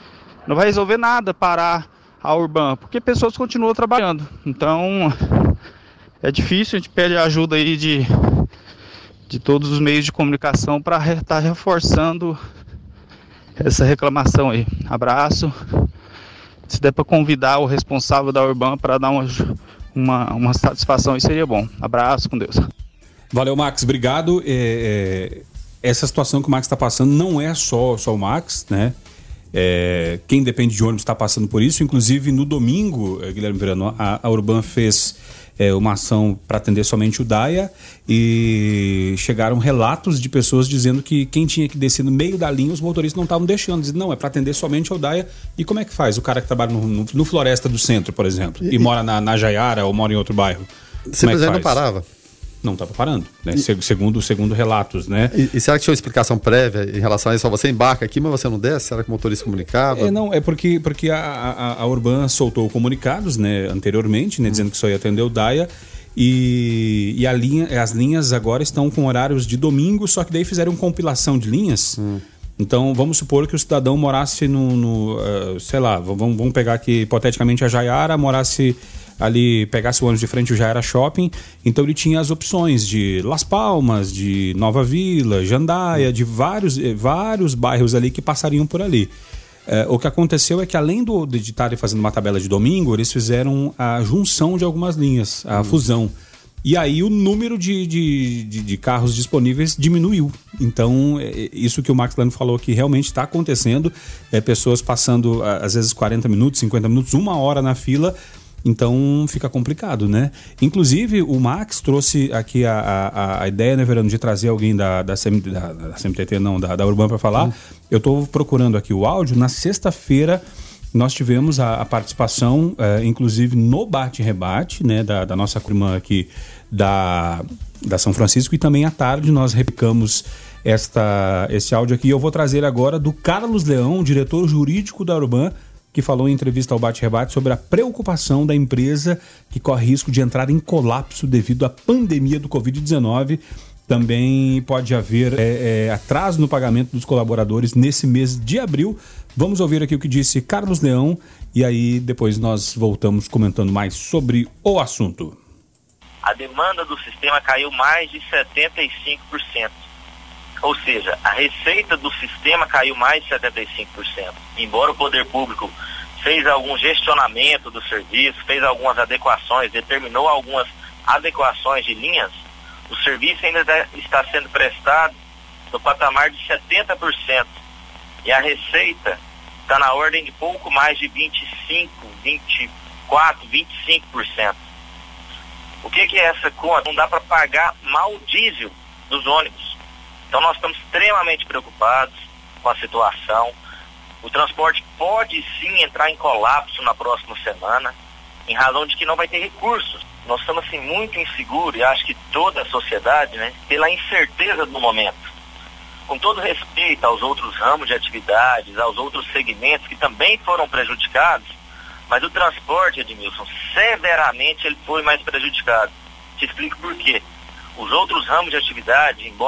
nada parar a Urban, porque pessoas continuam trabalhando. Então é difícil, a gente pede a ajuda aí de todos os meios de comunicação para estar reforçando essa reclamação aí. Abraço. Se der para convidar o responsável da Urban para dar uma satisfação aí, seria bom. Abraço, com Deus. Valeu, Max, obrigado. Essa situação que o Max está passando não é só o Max, né? Quem depende de ônibus está passando por isso. Inclusive no domingo, Guilherme Verano, a Urban fez uma ação para atender somente o DAIA e chegaram relatos de pessoas dizendo que quem tinha que descer no meio da linha, os motoristas não estavam deixando, dizendo, não, é para atender somente o DAIA. E como é que faz? O cara que trabalha no Floresta do Centro, por exemplo, e mora na Jaiara ou mora em outro bairro, simplesmente não parava? Não estava parando, né? Segundo relatos, né? E será que tinha uma explicação prévia em relação a isso? Você embarca aqui, mas você não desce? Será que o motorista comunicava? Não, é porque a Urban soltou comunicados, né, anteriormente, né, dizendo que só ia atender o DAIA e as linhas agora estão com horários de domingo, só que daí fizeram compilação de linhas. Então, vamos supor que o cidadão morasse sei lá, vamos pegar aqui hipoteticamente a Jaiara, morasse ali, pegasse o ônibus de frente, já era shopping, então ele tinha as opções de Las Palmas, de Nova Vila, Jandaia, de vários bairros ali que passariam por ali. O que aconteceu é que além de estarem fazendo uma tabela de domingo, eles fizeram a junção de algumas linhas, a fusão. E aí o número de carros disponíveis diminuiu. Então, isso que o Max Lano falou que realmente está acontecendo, pessoas passando às vezes 40 minutos, 50 minutos, 1 hora na fila. Então fica complicado, né? Inclusive o Max trouxe aqui a ideia, né, Verano, de trazer alguém da CMTT, não, da Urban para falar. Eu estou procurando aqui o áudio. Na sexta-feira nós tivemos a participação, inclusive no bate-rebate, né, da nossa irmã aqui da São Francisco, e também à tarde nós replicamos esse áudio aqui. Eu vou trazer agora do Carlos Leão, diretor jurídico da Urban, que falou em entrevista ao Bate-Rebate sobre a preocupação da empresa que corre risco de entrar em colapso devido à pandemia do Covid-19. Também pode haver atraso no pagamento dos colaboradores nesse mês de abril. Vamos ouvir aqui o que disse Carlos Leão e aí depois nós voltamos comentando mais sobre o assunto. A demanda do sistema caiu mais de 75%. Ou seja, a receita do sistema caiu mais de 75%. Embora o poder público fez algum gestionamento do serviço, fez algumas adequações, determinou algumas adequações de linhas, o serviço ainda está sendo prestado no patamar de 70%. E a receita está na ordem de pouco mais de 25%, 24%, 25%. O que é essa conta? Não dá para pagar mal o diesel dos ônibus. Então nós estamos extremamente preocupados com a situação. O transporte pode sim entrar em colapso na próxima semana, em razão de que não vai ter recursos. Nós estamos assim muito inseguros, e acho que toda a sociedade, né, pela incerteza do momento. Com todo respeito aos outros ramos de atividades, aos outros segmentos que também foram prejudicados, mas o transporte, Edmilson, severamente ele foi mais prejudicado. Te explico por quê. Os outros ramos de atividade, embora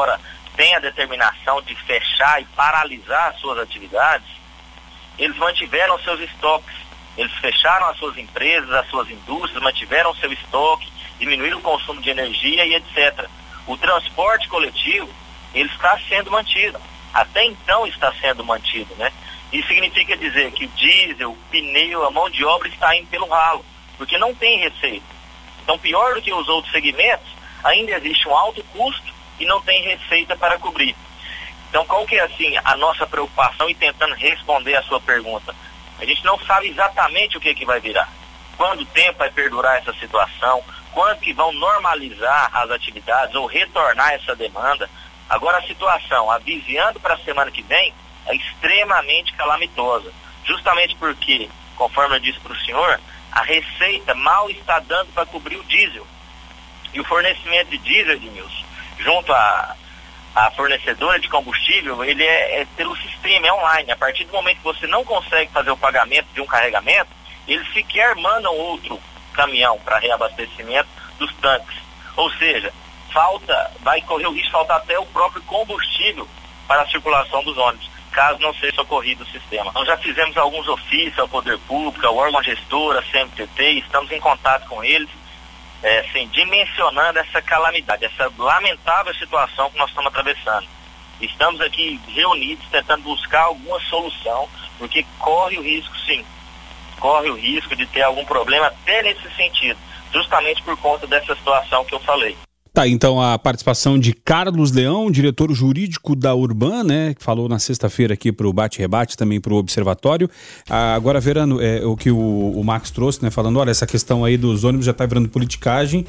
têm a determinação de fechar e paralisar as suas atividades, eles mantiveram seus estoques. Eles fecharam as suas empresas, as suas indústrias, mantiveram seu estoque, diminuíram o consumo de energia e etc. O transporte coletivo, ele está sendo mantido. Até então está sendo mantido, né? Isso significa dizer que o diesel, o pneu, a mão de obra está indo pelo ralo, porque não tem receita. Então, pior do que os outros segmentos, ainda existe um alto custo e não tem receita para cobrir. Então, qual que é, assim, a nossa preocupação e tentando responder a sua pergunta? A gente não sabe exatamente o que vai virar. Quando tempo vai perdurar essa situação, quando que vão normalizar as atividades ou retornar essa demanda. Agora, a situação, avizinhando para a semana que vem, é extremamente calamitosa. Justamente porque, conforme eu disse para o senhor, a receita mal está dando para cobrir o diesel. E o fornecimento de diesel, Edmilson, junto à fornecedora de combustível, ele é pelo sistema, é online. A partir do momento que você não consegue fazer o pagamento de um carregamento, eles sequer mandam outro caminhão para reabastecimento dos tanques. Ou seja, vai correr o risco de faltar até o próprio combustível para a circulação dos ônibus, caso não seja socorrido o sistema. Nós já fizemos alguns ofícios ao Poder Público, ao órgão gestor, a CMTT, estamos em contato com eles, dimensionando essa calamidade, essa lamentável situação que nós estamos atravessando. Estamos aqui reunidos tentando buscar alguma solução, porque corre o risco, sim, corre o risco de ter algum problema até nesse sentido, justamente por conta dessa situação que eu falei. Tá, então a participação de Carlos Leão, diretor jurídico da Urban, né, que falou na sexta-feira aqui para o Bate-Rebate, também para o Observatório. Agora, Verano, o que o Max trouxe, né, falando, olha, essa questão aí dos ônibus já está virando politicagem.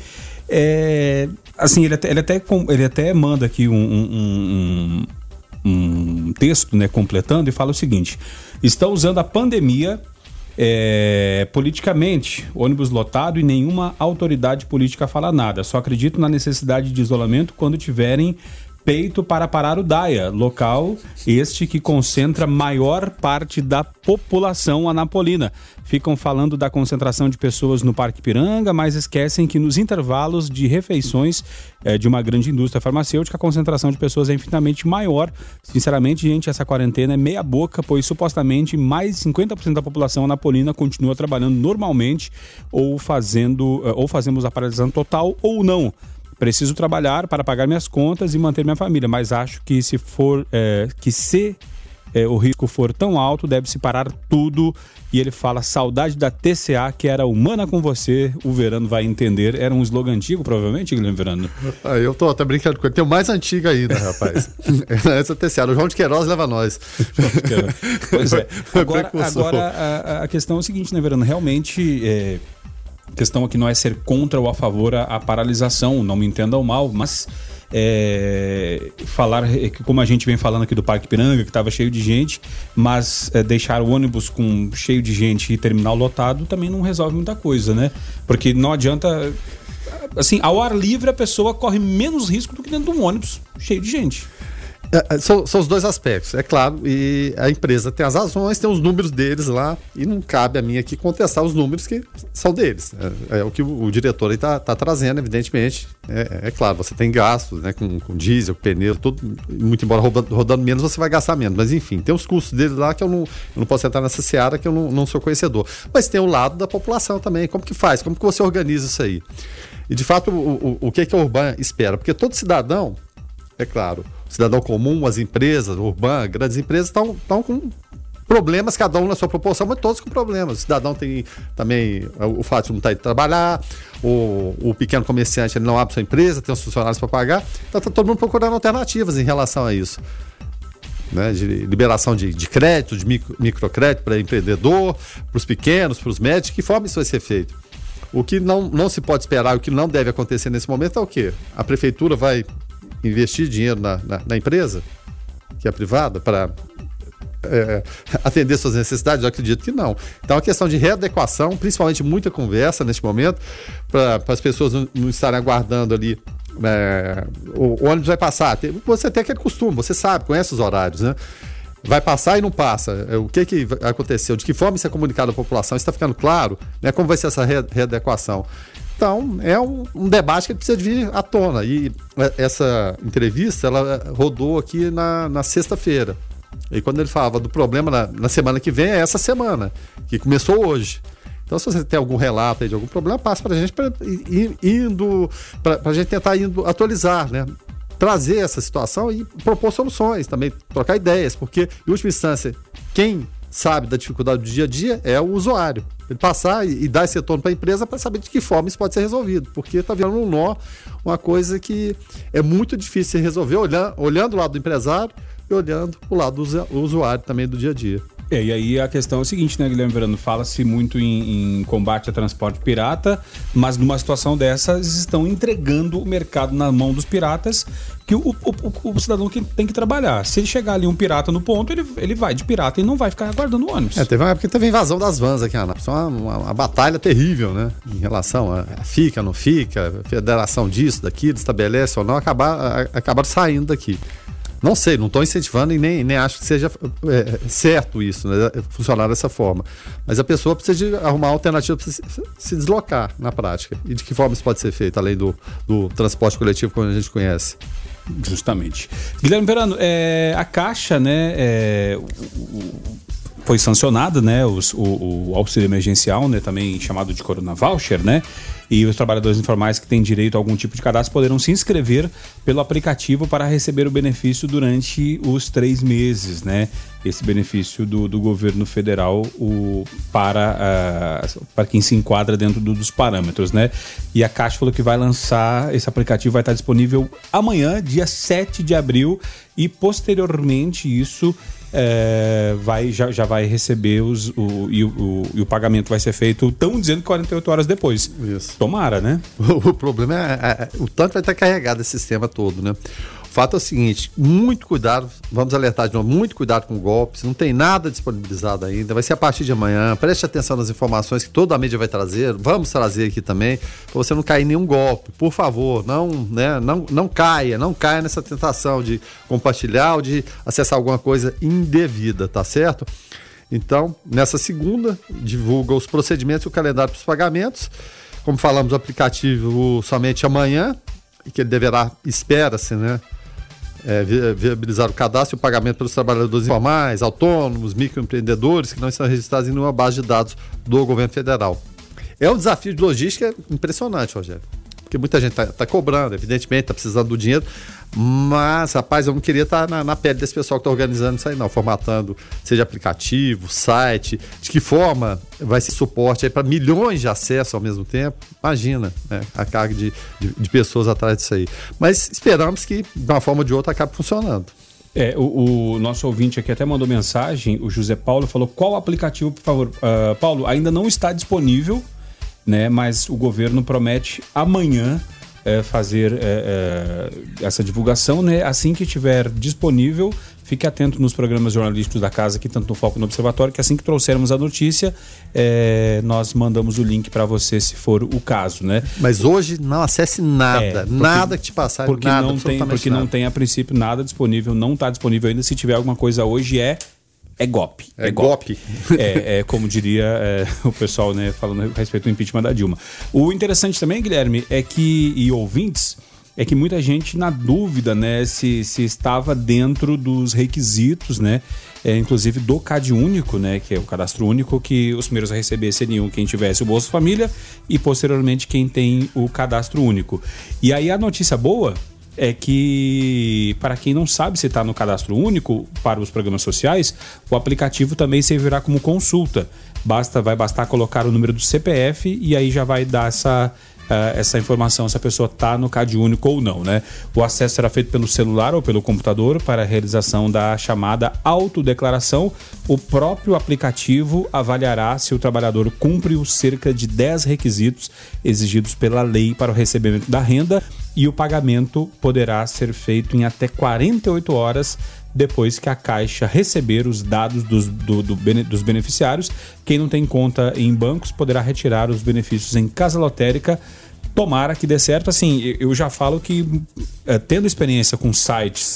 Assim, ele até manda aqui um texto, né, completando, e fala o seguinte: estão usando a pandemia politicamente, ônibus lotado e nenhuma autoridade política fala nada. Só acredito na necessidade de isolamento quando tiverem peito para parar o DAIA, local este que concentra maior parte da população anapolina. Ficam falando da concentração de pessoas no Parque Ipiranga, mas esquecem que nos intervalos de refeições de uma grande indústria farmacêutica, a concentração de pessoas é infinitamente maior. Sinceramente, gente, essa quarentena é meia boca, pois supostamente mais de 50% da população anapolina continua trabalhando normalmente ou fazemos a paralisação total ou não. Preciso trabalhar para pagar minhas contas e manter minha família, mas acho que se o risco for tão alto, deve-se parar tudo. E ele fala, saudade da TCA, que era humana com você, o Verano vai entender. Era um slogan antigo, provavelmente, Guilherme Verano? Eu tô até brincando com ele. Tem o mais antigo ainda, rapaz. Essa TCA, o João de Queiroz leva nós. Pois é. Agora a questão é o seguinte, né, Verano? Realmente... A questão aqui não é ser contra ou a favor a paralisação, não me entendam mal, mas falar que, como a gente vem falando aqui do Parque Ipiranga, que estava cheio de gente, mas deixar o ônibus cheio de gente e terminal lotado também não resolve muita coisa, né? Porque não adianta... Assim, ao ar livre a pessoa corre menos risco do que dentro de um ônibus cheio de gente. São os dois aspectos, é claro, e a empresa tem as razões, tem os números deles lá, e não cabe a mim aqui contestar os números que são deles. É o que o diretor aí tá trazendo, evidentemente. É claro, você tem gastos, né, com diesel, pneu, tudo, muito embora rodando menos, você vai gastar menos. Mas enfim, tem os custos deles lá que eu não posso entrar nessa seara, que eu não sou conhecedor. Mas tem o lado da população também, como que faz, como que você organiza isso aí? E de fato, o que a Urban espera? Porque todo cidadão, é claro, cidadão comum, as empresas, Urban, grandes empresas estão com problemas, cada um na sua proporção, mas todos com problemas. O cidadão tem também o fato de não estar indo trabalhar, o pequeno comerciante ele não abre sua empresa, tem os funcionários para pagar, então está todo mundo procurando alternativas em relação a isso. Né, de liberação de crédito, de microcrédito para empreendedor, para os pequenos, para os médios, de que forma isso vai ser feito? O que não se pode esperar, o que não deve acontecer nesse momento é o quê? A prefeitura vai investir dinheiro na empresa, que é privada, para atender suas necessidades? Eu acredito que não. Então, a questão de readequação, principalmente muita conversa neste momento, para as pessoas não estarem aguardando ali. O ônibus vai passar. Você tem aquele costume, você sabe, conhece os horários, né? Vai passar e não passa. O que aconteceu? De que forma isso é comunicado à população? Isso está ficando claro? Né? Como vai ser essa readequação? Então, é um debate que precisa de vir à tona. E essa entrevista, ela rodou aqui na sexta-feira. E quando ele falava do problema na semana que vem, é essa semana, que começou hoje. Então, se você tem algum relato aí de algum problema, passa para a gente para a gente tentar atualizar, né? Trazer essa situação e propor soluções, também trocar ideias, porque, em última instância, quem sabe da dificuldade do dia a dia é o usuário. Ele passar e dar esse retorno para a empresa para saber de que forma isso pode ser resolvido, porque está virando um nó, uma coisa que é muito difícil de resolver, olhando o lado do empresário e olhando o lado do usuário também do dia a dia. E aí a questão é o seguinte, né, Guilherme Verano? Fala-se muito em combate a transporte pirata, mas numa situação dessas estão entregando o mercado na mão dos piratas, que o cidadão tem que trabalhar. Se ele chegar ali um pirata no ponto, ele vai de pirata e não vai ficar aguardando o ônibus. Teve uma época que teve a invasão das vans aqui, Ana. Foi uma batalha terrível, né? Em relação a fica, não fica, federação disso, daquilo, estabelece ou não, acabaram saindo daqui. Não sei, não estou incentivando e nem acho que seja certo isso, né, funcionar dessa forma. Mas a pessoa precisa de arrumar uma alternativa para se deslocar na prática. E de que forma isso pode ser feito, além do transporte coletivo como a gente conhece? Justamente. Guilherme Verano, a Caixa, né, foi sancionada, né, o auxílio emergencial, né, também chamado de Corona Voucher, né? E os trabalhadores informais que têm direito a algum tipo de cadastro poderão se inscrever pelo aplicativo para receber o benefício durante os 3 meses, né? Esse benefício do governo federal para quem se enquadra dentro dos parâmetros, né? E a Caixa falou que vai lançar, esse aplicativo vai estar disponível amanhã, dia 7 de abril, e posteriormente isso já vai receber e o pagamento vai ser feito, estão dizendo 48 horas depois. Isso. Tomara, né? O problema é o tanto vai estar carregado esse sistema todo, né? O fato é o seguinte, muito cuidado, vamos alertar de novo, muito cuidado com golpes, não tem nada disponibilizado ainda, vai ser a partir de amanhã, preste atenção nas informações que toda a mídia vai trazer, vamos trazer aqui também, para você não cair em nenhum golpe, por favor, não caia nessa tentação de compartilhar ou de acessar alguma coisa indevida, tá certo? Então, nessa segunda, divulga os procedimentos e o calendário para os pagamentos, como falamos, o aplicativo somente amanhã, e que ele espera-se, né? Viabilizar o cadastro e o pagamento pelos trabalhadores informais, autônomos, microempreendedores que não estão registrados em nenhuma base de dados do governo federal. É um desafio de logística impressionante, Rogério, porque muita gente está cobrando, evidentemente, está precisando do dinheiro, mas, rapaz, eu não queria estar na pele desse pessoal que está organizando isso aí, não, formatando, seja aplicativo, site, de que forma vai ser suporte para milhões de acessos ao mesmo tempo, imagina, né, a carga de pessoas atrás disso aí. Mas esperamos que, de uma forma ou de outra, acabe funcionando. O nosso ouvinte aqui até mandou mensagem, o José Paulo falou, qual aplicativo, por favor? Paulo, ainda não está disponível, né, mas o governo promete amanhã fazer essa divulgação, né? Assim que estiver disponível, fique atento nos programas jornalísticos da casa, aqui tanto no Foco no Observatório, que assim que trouxermos a notícia, nós mandamos o link para você, se for o caso, né? Mas hoje não acesse nada, nada que te passar, porque nada, não tem a princípio nada disponível, não está disponível ainda. Se tiver alguma coisa hoje é golpe. É golpe. Como diria o pessoal, né, falando a respeito do impeachment da Dilma. O interessante também, Guilherme, e ouvintes, é que muita gente na dúvida, né, se estava dentro dos requisitos, né, inclusive do CAD único, né, que é o cadastro único, que os primeiros a receber seriam quem tivesse o Bolsa Família e posteriormente quem tem o cadastro único. E aí a notícia boa é que, para quem não sabe se está no cadastro único para os programas sociais, o aplicativo também servirá como consulta. Vai bastar colocar o número do CPF e aí já vai dar essa informação, se a pessoa está no CAD único ou não, né? O acesso será feito pelo celular ou pelo computador para a realização da chamada autodeclaração. O próprio aplicativo avaliará se o trabalhador cumpre os cerca de 10 requisitos exigidos pela lei para o recebimento da renda, e o pagamento poderá ser feito em até 48 horas depois que a Caixa receber os dados dos beneficiários. Quem não tem conta em bancos poderá retirar os benefícios em casa lotérica. Tomara que dê certo. Assim, eu já falo que, tendo experiência com sites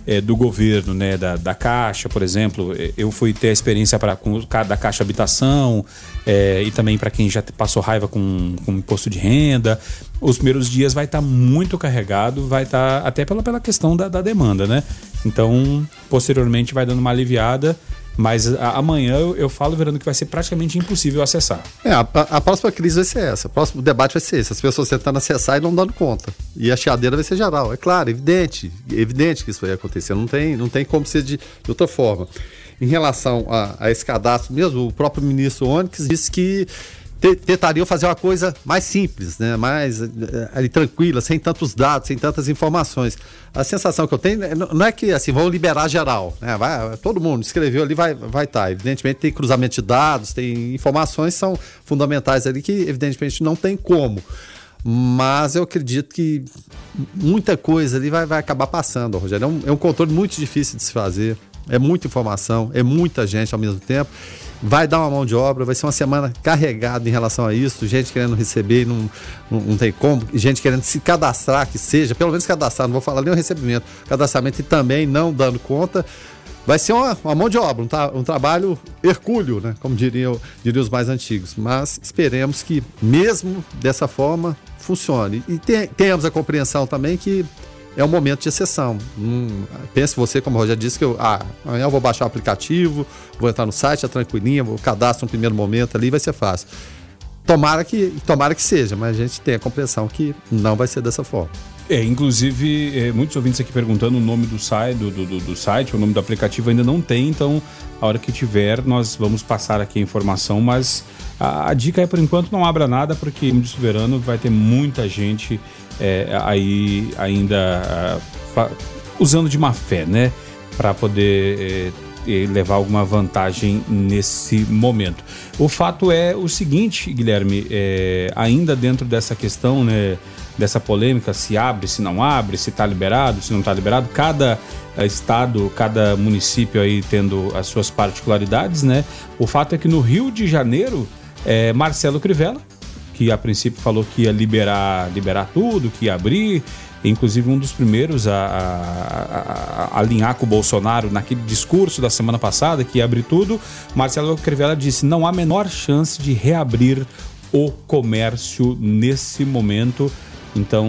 do governo, né, da Caixa, por exemplo. Eu fui ter a experiência da Caixa Habitação, e também para quem já passou raiva com imposto de renda. Os primeiros dias vai estar muito carregado, vai estar até pela questão da demanda, né? Então, posteriormente vai dando uma aliviada. Mas amanhã eu falo, Verano, que vai ser praticamente impossível acessar. A próxima crise vai ser essa. O próximo debate vai ser esse. As pessoas tentando acessar e não dando conta. E a chiadeira vai ser geral. É claro, evidente que isso vai acontecer. Não tem como ser de outra forma. Em relação a esse cadastro mesmo, o próprio ministro Onyx disse que tentariam fazer uma coisa mais simples, né? Mais tranquila, sem tantos dados, sem tantas informações. A sensação que eu tenho não é que assim, vão liberar geral, né? Todo mundo escreveu ali, vai estar. Evidentemente tem cruzamento de dados, tem informações que são fundamentais ali que evidentemente não tem como. Mas eu acredito que muita coisa ali vai acabar passando, Rogério. É um controle muito difícil de se fazer. É muita informação, é muita gente ao mesmo tempo. Vai dar uma mão de obra, vai ser uma semana carregada em relação a isso, gente querendo receber, não tem como, gente querendo se cadastrar, que seja, pelo menos cadastrar, não vou falar nem o recebimento, cadastramento e também não dando conta. Vai ser uma mão de obra, um trabalho hercúleo, né? Como diriam os mais antigos. Mas esperemos que, mesmo dessa forma, funcione. E tenhamos a compreensão também que é um momento de exceção. Pense você, como o Rogério disse, que amanhã eu vou baixar o aplicativo, vou entrar no site, é tranquilinha, vou cadastrar no primeiro momento ali, vai ser fácil. Tomara que seja, mas a gente tem a compreensão que não vai ser dessa forma. Inclusive, muitos ouvintes aqui perguntando o nome do site, o nome do aplicativo ainda não tem, então a hora que tiver nós vamos passar aqui a informação, mas a dica é, por enquanto, não abra nada, porque no Verano vai ter muita gente aí ainda usando de má fé, né, para poder levar alguma vantagem nesse momento. O fato é o seguinte, Guilherme, ainda dentro dessa questão, né, dessa polêmica, se abre, se não abre, se está liberado, se não está liberado, cada estado, cada município aí tendo as suas particularidades, né? O fato é que no Rio de Janeiro, Marcelo Crivella, que a princípio falou que ia liberar tudo, que ia abrir, inclusive um dos primeiros a alinhar com o Bolsonaro naquele discurso da semana passada, que ia abrir tudo, Marcelo Crivella disse: não há menor chance de reabrir o comércio nesse momento. Então,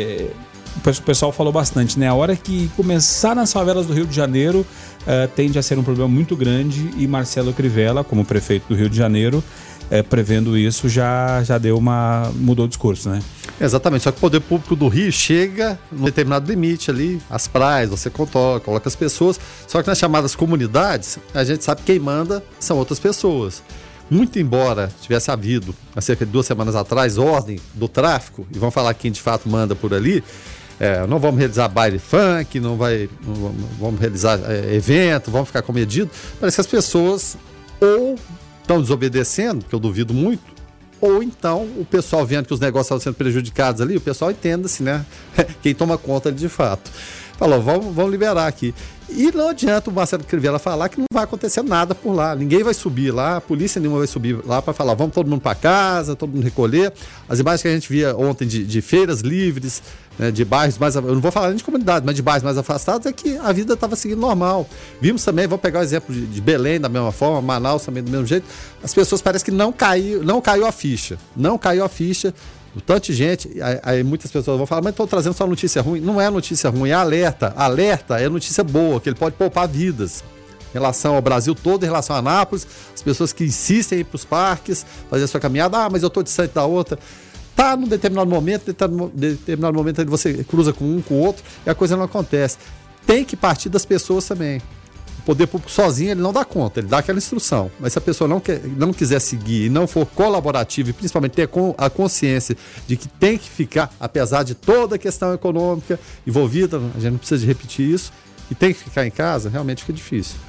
o pessoal falou bastante, né? A hora que começar nas favelas do Rio de Janeiro, tende a ser um problema muito grande, e Marcelo Crivella, como prefeito do Rio de Janeiro, prevendo isso, já mudou o discurso, né? Exatamente, só que o poder público do Rio chega num determinado limite ali, as praias, você coloca as pessoas, só que nas chamadas comunidades, a gente sabe que quem manda são outras pessoas. Muito embora tivesse havido, há cerca de 2 semanas atrás, ordem do tráfico, e vamos falar quem de fato manda por ali, não vamos realizar baile funk, não vamos realizar evento, vamos ficar comedido. Parece que as pessoas ou estão desobedecendo, que eu duvido muito, ou então o pessoal vendo que os negócios estavam sendo prejudicados ali, o pessoal entenda-se, né? Quem toma conta de fato. Falou, vamos liberar aqui. E não adianta o Marcelo Crivella falar que não vai acontecer nada por lá. Ninguém vai subir lá, a polícia nenhuma vai subir lá para falar, vamos todo mundo para casa, todo mundo recolher. As imagens que a gente via ontem de feiras livres, né, de bairros mais... Eu não vou falar nem de comunidade, mas de bairros mais afastados, é que a vida estava seguindo normal. Vimos também, vamos pegar o exemplo de Belém da mesma forma, Manaus também do mesmo jeito. As pessoas parecem que não caiu a ficha. Não caiu a ficha. Tanto de gente, aí muitas pessoas vão falar, mas estou trazendo só notícia ruim. Não é notícia ruim, é alerta. Alerta é notícia boa, que ele pode poupar vidas. Em relação ao Brasil todo, em relação a Anápolis, as pessoas que insistem em ir para os parques, fazer a sua caminhada, mas eu estou distante da outra. Tá num determinado momento aí você cruza com um, com o outro, e a coisa não acontece. Tem que partir das pessoas também. O poder público sozinho ele não dá conta, ele dá aquela instrução, mas se a pessoa não quiser seguir e não for colaborativa e principalmente ter a consciência de que tem que ficar, apesar de toda a questão econômica envolvida, a gente não precisa de repetir isso, e tem que ficar em casa, realmente fica difícil.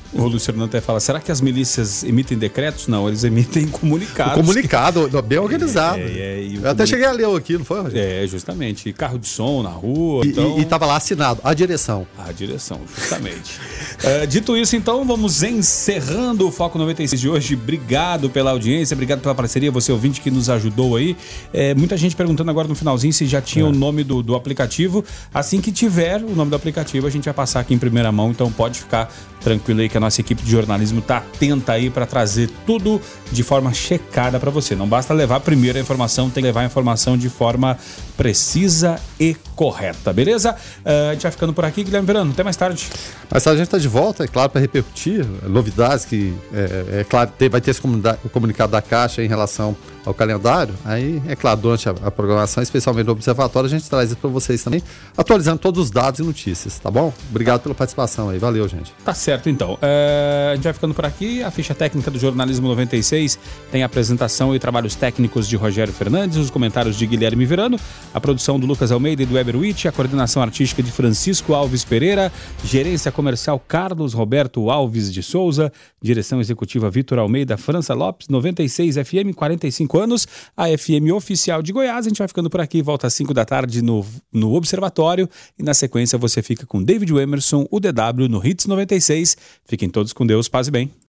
O Luciano até fala, será que as milícias emitem decretos? Não, eles emitem comunicados. O comunicado, bem organizado. Eu até cheguei a ler aqui, não foi, Rogério? Justamente. E carro de som na rua. E tava lá assinado, a direção. A direção, justamente. Dito isso, então, vamos encerrando o Foco 96 de hoje. Obrigado pela audiência, obrigado pela parceria, você ouvinte que nos ajudou aí. Muita gente perguntando agora no finalzinho se já tinha o nome do aplicativo. Assim que tiver o nome do aplicativo, a gente vai passar aqui em primeira mão, então pode ficar tranquilo aí que a nossa equipe de jornalismo tá atenta aí para trazer tudo de forma checada para você. Não basta levar primeiro a informação, tem que levar a informação de forma precisa e correta, beleza? A gente vai ficando por aqui, Guilherme Verano, até mais tarde. Mas a gente está de volta, é claro, para repercutir novidades que, é claro, vai ter esse comunicado da Caixa em relação ao calendário. Aí, é claro, durante a programação, especialmente no Observatório, a gente traz isso para vocês também, atualizando todos os dados e notícias, tá bom? Obrigado pela participação aí, valeu, gente. Tá certo, então. A gente vai ficando por aqui. A ficha técnica do Jornalismo 96 tem a apresentação e trabalhos técnicos de Rogério Fernandes, os comentários de Guilherme Verano, a produção do Lucas Almeida e do Weber Witt, a coordenação artística de Francisco Alves Pereira, gerência comercial Carlos Roberto Alves de Souza, direção executiva Vitor Almeida França Lopes, 96 FM, 45 anos, a FM oficial de Goiás. A gente vai ficando por aqui, volta às 5 da tarde no Observatório e na sequência você fica com David Emerson, o DW no Hits 96. Fiquem todos com Deus, paz e bem.